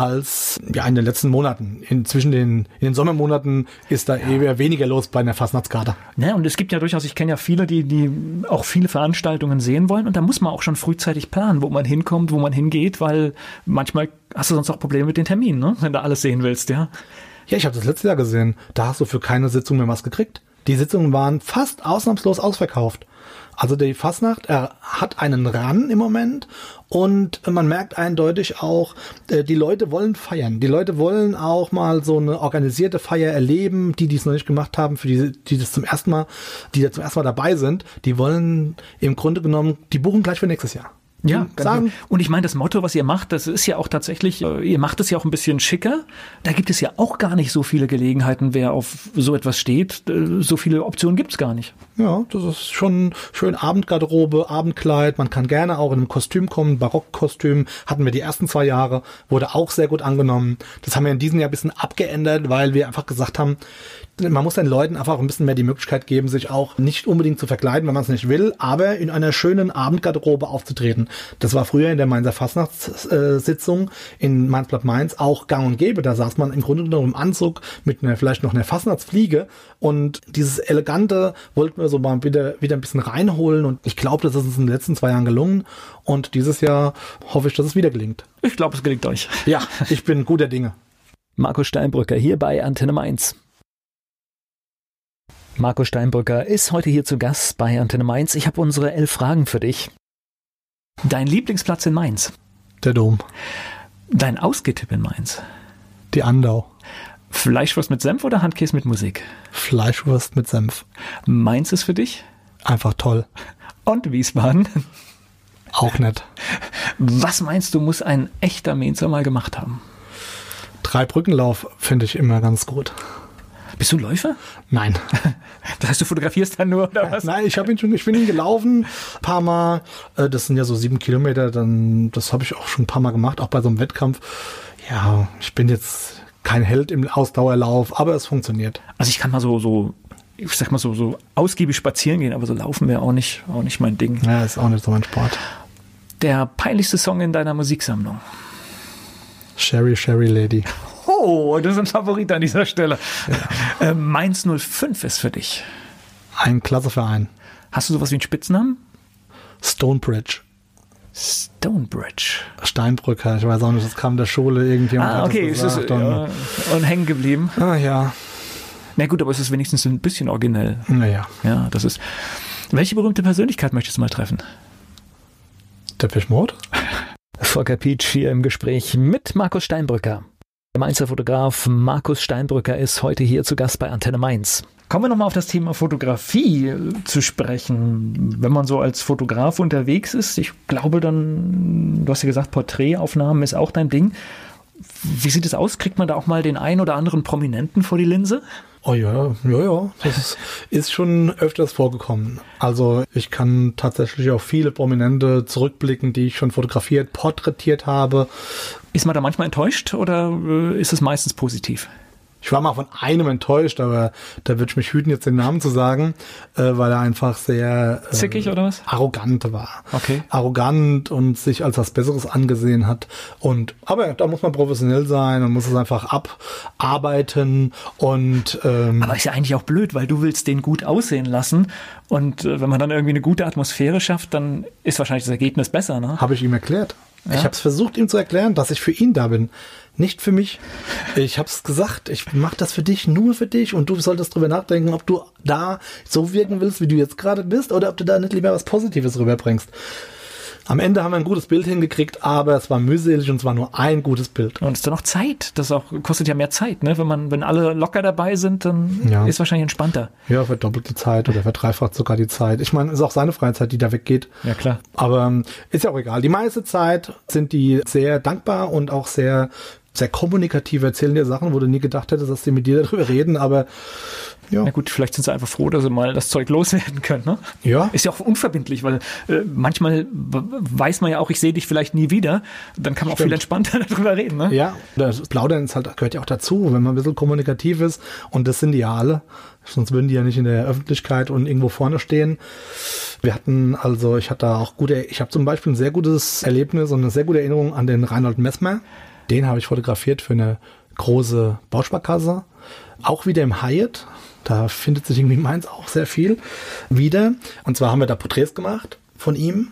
als ja in den letzten Monaten. Inzwischen den, in den Sommermonaten ist da ja. eher weniger los bei einer Fastnachtskarte. Ja, und es gibt ja durchaus, ich kenne ja viele, die, die auch viele Veranstaltungen sehen wollen. Und da muss man auch schon frühzeitig planen, wo man hinkommt, wo man hingeht, weil manchmal hast du sonst auch Probleme mit den Terminen, ne? Wenn du alles sehen willst, ja. Ja, ich habe das letzte Jahr gesehen. Da hast du für keine Sitzung mehr was gekriegt. Die Sitzungen waren fast ausnahmslos ausverkauft. Also die Fastnacht, er hat einen Run im Moment und man merkt eindeutig auch, die Leute wollen feiern. Die Leute wollen auch mal so eine organisierte Feier erleben. Die, die es noch nicht gemacht haben, für die, die das zum ersten Mal, die da zum ersten Mal dabei sind, die wollen im Grunde genommen, die buchen gleich für nächstes Jahr. Ja, sagen. Und ich meine, das Motto, was ihr macht, das ist ja auch tatsächlich, ihr macht es ja auch ein bisschen schicker. Da gibt es ja auch gar nicht so viele Gelegenheiten, wer auf so etwas steht. So viele Optionen gibt's gar nicht. Ja, das ist schon schön Abendgarderobe, Abendkleid. Man kann gerne auch in einem Kostüm kommen, Barockkostüm. Hatten wir die ersten zwei Jahre, wurde auch sehr gut angenommen. Das haben wir in diesem Jahr ein bisschen abgeändert, weil wir einfach gesagt haben, man muss den Leuten einfach ein bisschen mehr die Möglichkeit geben, sich auch nicht unbedingt zu verkleiden, wenn man es nicht will, aber in einer schönen Abendgarderobe aufzutreten. Das war früher in der Mainzer Fastnachtssitzung in Mainz-Platt Mainz auch gang und gäbe. Da saß man im Grunde genommen im Anzug mit einer, vielleicht noch einer Fastnachtsfliege und dieses Elegante wollten wir so mal wieder, wieder ein bisschen reinholen und ich glaube, das ist uns in den letzten zwei Jahren gelungen und dieses Jahr hoffe ich, dass es wieder gelingt. Ich glaube, es gelingt euch. Ja, ich bin guter Dinge. Markus Steinbrücker hier bei Antenne Mainz. Markus Steinbrücker ist heute hier zu Gast bei Antenne Mainz. Ich habe unsere elf Fragen für dich. Dein Lieblingsplatz in Mainz? Der Dom. Dein Ausgehtipp in Mainz? Die Andau. Fleischwurst mit Senf oder Handkäse mit Musik? Fleischwurst mit Senf. Mainz ist für dich? Einfach toll. Und Wiesbaden? Auch nett. Was meinst du, muss ein echter Mainzer mal gemacht haben? Dreibrückenlauf finde ich immer ganz gut. Bist du Läufer? Nein. Das heißt, du fotografierst dann nur, oder was? Nein, ich habe ihn schon, ich bin ihn gelaufen, ein paar Mal. Das sind ja so sieben Kilometer, dann, das habe ich auch schon ein paar Mal gemacht, auch bei so einem Wettkampf. Ja, ich bin jetzt kein Held im Ausdauerlauf, aber es funktioniert. Also ich kann mal so, so, ich sag mal so, so ausgiebig spazieren gehen, aber so laufen wäre auch nicht, auch nicht mein Ding. Ja, ist auch nicht so mein Sport. Der peinlichste Song in deiner Musiksammlung? Sherry, Sherry Lady. Oh, das ist ein Favorit an dieser Stelle. Ja. Äh, Mainz null fünf ist für dich. Ein klasse Verein. Hast du sowas wie einen Spitznamen? Stonebridge. Stonebridge. Steinbrücker, ich weiß auch nicht, das kam der Schule irgendjemand. Ah, okay, ist es ja, und hängen geblieben. Ah, ja. Na gut, aber es ist wenigstens ein bisschen originell. Naja. Ja, das ist. Welche berühmte Persönlichkeit möchtest du mal treffen? Depeche Mode. Volker Pietsch hier im Gespräch mit Markus Steinbrücker. Der Mainzer Fotograf Markus Steinbrücker ist heute hier zu Gast bei Antenne Mainz. Kommen wir nochmal auf das Thema Fotografie zu sprechen. Wenn man so als Fotograf unterwegs ist, ich glaube dann, du hast ja gesagt, Porträtaufnahmen ist auch dein Ding. Wie sieht es aus? Kriegt man da auch mal den einen oder anderen Prominenten vor die Linse? Oh ja, ja, ja, das ist schon öfters vorgekommen. Also ich kann tatsächlich auf viele Prominente zurückblicken, die ich schon fotografiert, porträtiert habe. Ist man da manchmal enttäuscht oder äh, ist es meistens positiv? Ich war mal von einem enttäuscht, aber da würde ich mich hüten, jetzt den Namen zu sagen, äh, weil er einfach sehr äh, zickig oder was? Arrogant war. Okay. Arrogant und sich als was Besseres angesehen hat. Und aber da muss man professionell sein und muss es einfach abarbeiten und ähm, aber ist ja eigentlich auch blöd, weil du willst den gut aussehen lassen und äh, wenn man dann irgendwie eine gute Atmosphäre schafft, dann ist wahrscheinlich das Ergebnis besser, ne? Habe ich ihm erklärt. Ja? Ich habe es versucht, ihm zu erklären, dass ich für ihn da bin. Nicht für mich. Ich habe es gesagt, ich mache das für dich, nur für dich und du solltest drüber nachdenken, ob du da so wirken willst, wie du jetzt gerade bist oder ob du da nicht lieber was Positives rüberbringst. Am Ende haben wir ein gutes Bild hingekriegt, aber es war mühselig und es war nur ein gutes Bild. Und es ist dann noch Zeit. Das auch, kostet ja mehr Zeit, ne? Wenn man, wenn alle locker dabei sind, dann ja. ist es wahrscheinlich entspannter. Ja, verdoppelt die Zeit oder verdreifacht sogar die Zeit. Ich meine, es ist auch seine Freizeit, die da weggeht. Ja, klar. Aber ähm, ist ja auch egal. Die meiste Zeit sind die sehr dankbar und auch sehr sehr kommunikativ, erzählen dir Sachen, wo du nie gedacht hättest, dass sie mit dir darüber reden, aber ja. Na gut, vielleicht sind sie einfach froh, dass sie mal das Zeug loswerden können, ne? Ja. Ist ja auch unverbindlich, weil äh, manchmal weiß man ja auch, ich sehe dich vielleicht nie wieder, dann kann man Stimmt. auch viel entspannter darüber reden, ne? Ja, das Plaudern ist halt, gehört ja auch dazu, wenn man ein bisschen kommunikativ ist und das sind die ja alle, sonst würden die ja nicht in der Öffentlichkeit und irgendwo vorne stehen. Wir hatten also, ich hatte auch gute, ich habe zum Beispiel ein sehr gutes Erlebnis und eine sehr gute Erinnerung an den Reinhold Messmer. Den habe ich fotografiert für eine große Bausparkasse. Auch wieder im Hyatt. Da findet sich irgendwie Mainz auch sehr viel wieder. Und zwar haben wir da Porträts gemacht von ihm.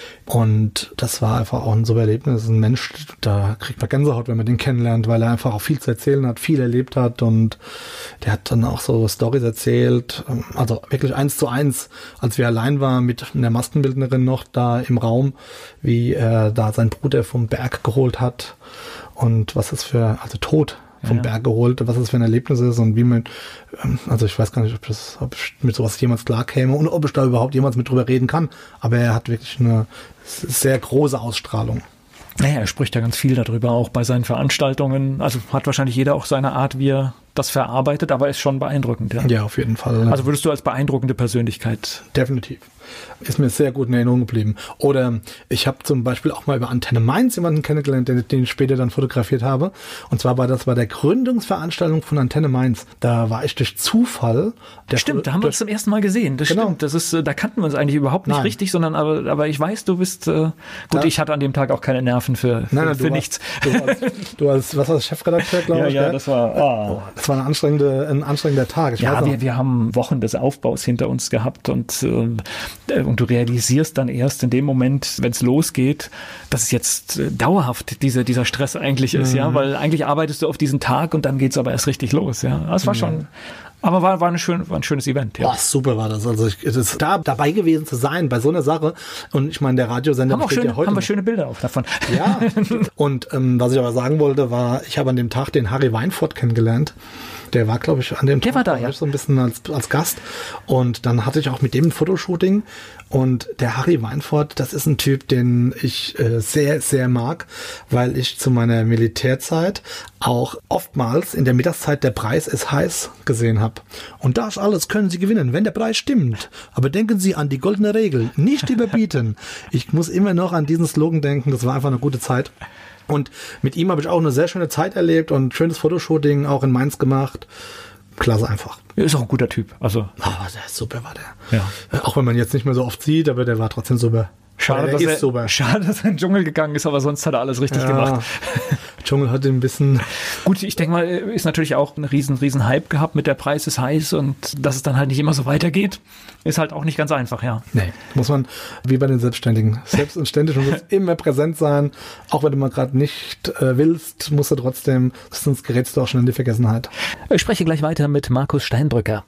Und das war einfach auch ein super Erlebnis. Ein Mensch, da kriegt man Gänsehaut, wenn man den kennenlernt, weil er einfach auch viel zu erzählen hat, viel erlebt hat. Und der hat dann auch so Storys erzählt. Also wirklich eins zu eins, als wir allein waren mit einer Maskenbildnerin noch da im Raum, wie er da seinen Bruder vom Berg geholt hat. Und was es für, also tot vom ja. Berg geholt, was es für ein Erlebnis ist und wie man, also ich weiß gar nicht, ob, das, ob ich mit sowas jemals klar käme und ob ich da überhaupt jemals mit drüber reden kann. Aber er hat wirklich eine sehr große Ausstrahlung. Naja, er spricht ja ganz viel darüber, auch bei seinen Veranstaltungen. Also hat wahrscheinlich jeder auch seine Art, wie er das verarbeitet, aber ist schon beeindruckend. Ja, ja auf jeden Fall. Also würdest du als beeindruckende Persönlichkeit... Definitiv. Ist mir sehr gut in Erinnerung geblieben. Oder ich habe zum Beispiel auch mal über Antenne Mainz jemanden kennengelernt, den, den ich später dann fotografiert habe. Und zwar war das bei der Gründungsveranstaltung von Antenne Mainz. Da war ich durch Zufall. Der stimmt, da haben wir uns zum ersten Mal gesehen. Das genau. stimmt. Das ist, da kannten wir uns eigentlich überhaupt nicht Nein. richtig, sondern aber, aber ich weiß, du bist äh, gut. Da, ich hatte an dem Tag auch keine Nerven für, für, nein, nein, für du nichts. Warst, du, warst, du warst, was warst Chefredakteur, glaube ja, ich. Ja, ja, das war. Oh. Das war eine anstrengende, ein anstrengender Tag. Ich ja, wir, wir haben Wochen des Aufbaus hinter uns gehabt und äh, und du realisierst dann erst in dem Moment, wenn es losgeht, dass es jetzt äh, dauerhaft diese, dieser Stress eigentlich ist, mhm. ja, weil eigentlich arbeitest du auf diesen Tag und dann geht's aber erst richtig los, ja. Das war mhm. schon, aber war, war, eine schön, war ein schönes Event, ja. Boah, super war das. Also ich, das, da dabei gewesen zu sein bei so einer Sache und ich meine, der Radiosender haben, auch schön, ja heute haben wir noch. schöne Bilder auch davon. Ja, und ähm, was ich aber sagen wollte, war, ich habe an dem Tag den Harry Weinfurt kennengelernt. Der war, glaube ich, an dem der Tag war da, ja. so ein bisschen als, als Gast. Und dann hatte ich auch mit dem ein Fotoshooting. Und der Harry Weinfurt, das ist ein Typ, den ich äh, sehr, sehr mag, weil ich zu meiner Militärzeit auch oftmals in der Mittagszeit der Preis ist heiß gesehen habe. Und das alles können Sie gewinnen, wenn der Preis stimmt. Aber denken Sie an die goldene Regel, nicht überbieten. Ich muss immer noch an diesen Slogan denken, das war einfach eine gute Zeit. Und mit ihm habe ich auch eine sehr schöne Zeit erlebt und schönes Fotoshooting auch in Mainz gemacht. Klasse einfach. Er ist auch ein guter Typ. Also. Oh, der ist super war der. Ja. Auch wenn man jetzt nicht mehr so oft sieht, aber der war trotzdem super. Schade, dass er, super. schade, dass er in den Dschungel gegangen ist, aber sonst hat er alles richtig ja. gemacht. Dschungel hat ein bisschen... Gut, ich denke mal, ist natürlich auch ein riesen, riesen Hype gehabt mit der Preis ist heiß und dass es dann halt nicht immer so weitergeht, ist halt auch nicht ganz einfach, ja. Nee, muss man, wie bei den Selbstständigen, selbst und ständig und muss immer präsent sein. Auch wenn du mal gerade nicht äh, willst, musst du trotzdem, sonst gerätst du auch schon in die Vergessenheit. Ich spreche gleich weiter mit Markus Steinbrücker.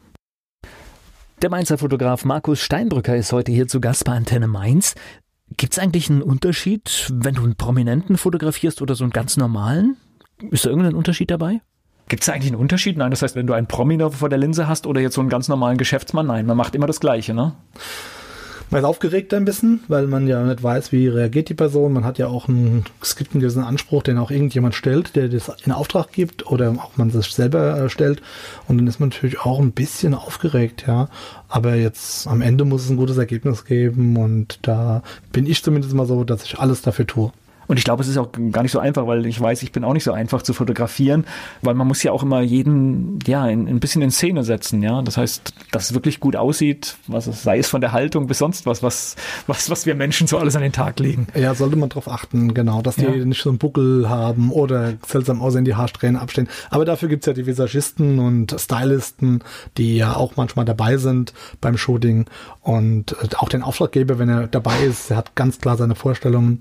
Der Mainzer Fotograf Markus Steinbrücker ist heute hier zu Gast bei Antenne Mainz. Gibt es eigentlich einen Unterschied, wenn du einen Prominenten fotografierst oder so einen ganz normalen? Ist da irgendein Unterschied dabei? Gibt es eigentlich einen Unterschied? Nein, das heißt, wenn du einen Promi vor der Linse hast oder jetzt so einen ganz normalen Geschäftsmann, nein, man macht immer das Gleiche, ne? Man ist aufgeregt ein bisschen, weil man ja nicht weiß, wie reagiert die Person. Man hat ja auch einen, es gibt einen gewissen Anspruch, den auch irgendjemand stellt, der das in Auftrag gibt oder auch man sich selber äh, stellt. Und dann ist man natürlich auch ein bisschen aufgeregt, ja. Aber jetzt am Ende muss es ein gutes Ergebnis geben und da bin ich zumindest mal so, dass ich alles dafür tue. Und ich glaube, es ist auch gar nicht so einfach, weil ich weiß, ich bin auch nicht so einfach zu fotografieren, weil man muss ja auch immer jeden, ja, in, ein bisschen in Szene setzen, ja. Das heißt, dass es wirklich gut aussieht, was es, sei es von der Haltung bis sonst was, was, was, was wir Menschen so alles an den Tag legen. Ja, sollte man drauf achten, genau, dass die ja. nicht so einen Buckel haben oder seltsam aussehen, die Haarsträhnen abstehen. Aber dafür gibt's ja die Visagisten und Stylisten, die ja auch manchmal dabei sind beim Shooting und auch den Auftraggeber, wenn er dabei ist, er hat ganz klar seine Vorstellungen.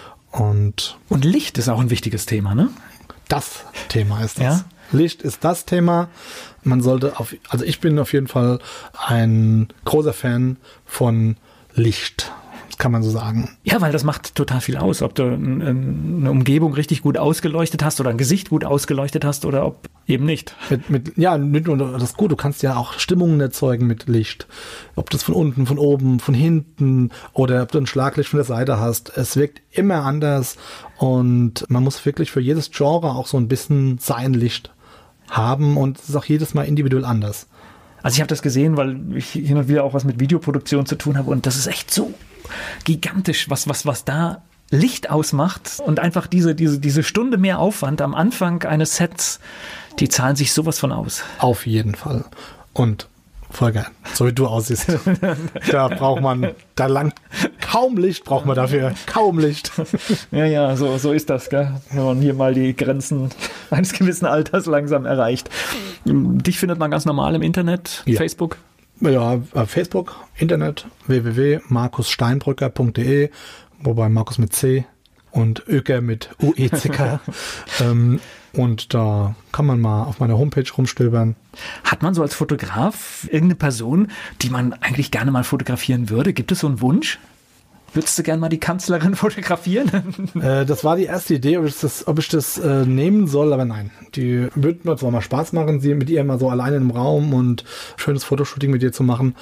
Und, und Licht ist auch ein wichtiges Thema, ne? Das Thema ist das. Ja? Licht ist das Thema. Man sollte auf, also ich bin auf jeden Fall ein großer Fan von Licht. Das kann man so sagen. Ja, weil das macht total viel aus, ob du eine Umgebung richtig gut ausgeleuchtet hast oder ein Gesicht gut ausgeleuchtet hast oder ob eben nicht. Mit, mit, ja, nicht nur das ist gut, du kannst ja auch Stimmungen erzeugen mit Licht. Ob das von unten, von oben, von hinten oder ob du ein Schlaglicht von der Seite hast. Es wirkt immer anders und man muss wirklich für jedes Genre auch so ein bisschen sein Licht haben und es ist auch jedes Mal individuell anders. Also ich habe das gesehen, weil ich hin und wieder auch was mit Videoproduktion zu tun habe und das ist echt so gigantisch, was, was, was da Licht ausmacht und einfach diese, diese, diese Stunde mehr Aufwand am Anfang eines Sets, die zahlen sich sowas von aus. Auf jeden Fall. Und voll geil. So wie du aussiehst. Da braucht man, da langt kaum Licht, braucht man dafür. Kaum Licht. Ja, ja, so, so ist das, gell? Wenn man hier mal die Grenzen eines gewissen Alters langsam erreicht. Dich findet man ganz normal im Internet, ja. Facebook? Ja, Facebook, Internet, w w w punkt markus steinbrücker punkt d e, wobei Markus mit C und Öker mit U E C K. ähm, und da kann man mal auf meiner Homepage rumstöbern. Hat man so als Fotograf irgendeine Person, die man eigentlich gerne mal fotografieren würde? Gibt es so einen Wunsch? Würdest du gerne mal die Kanzlerin fotografieren? äh, das war die erste Idee, ob ich das, ob ich das äh, nehmen soll, aber nein. Die würde mir zwar mal Spaß machen, sie mit ihr mal so alleine im Raum und schönes Fotoshooting mit ihr zu machen,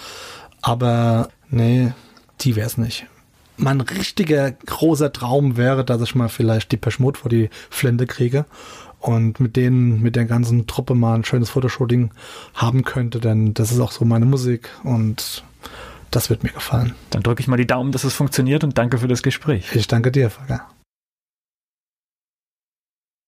aber nee, die wäre es nicht. Mein richtiger großer Traum wäre, dass ich mal vielleicht die Depeche Mode vor die Flinte kriege und mit denen, mit der ganzen Truppe mal ein schönes Fotoshooting haben könnte, denn das ist auch so meine Musik und das wird mir gefallen. Dann drücke ich mal die Daumen, dass es funktioniert und danke für das Gespräch. Ich danke dir, Volker.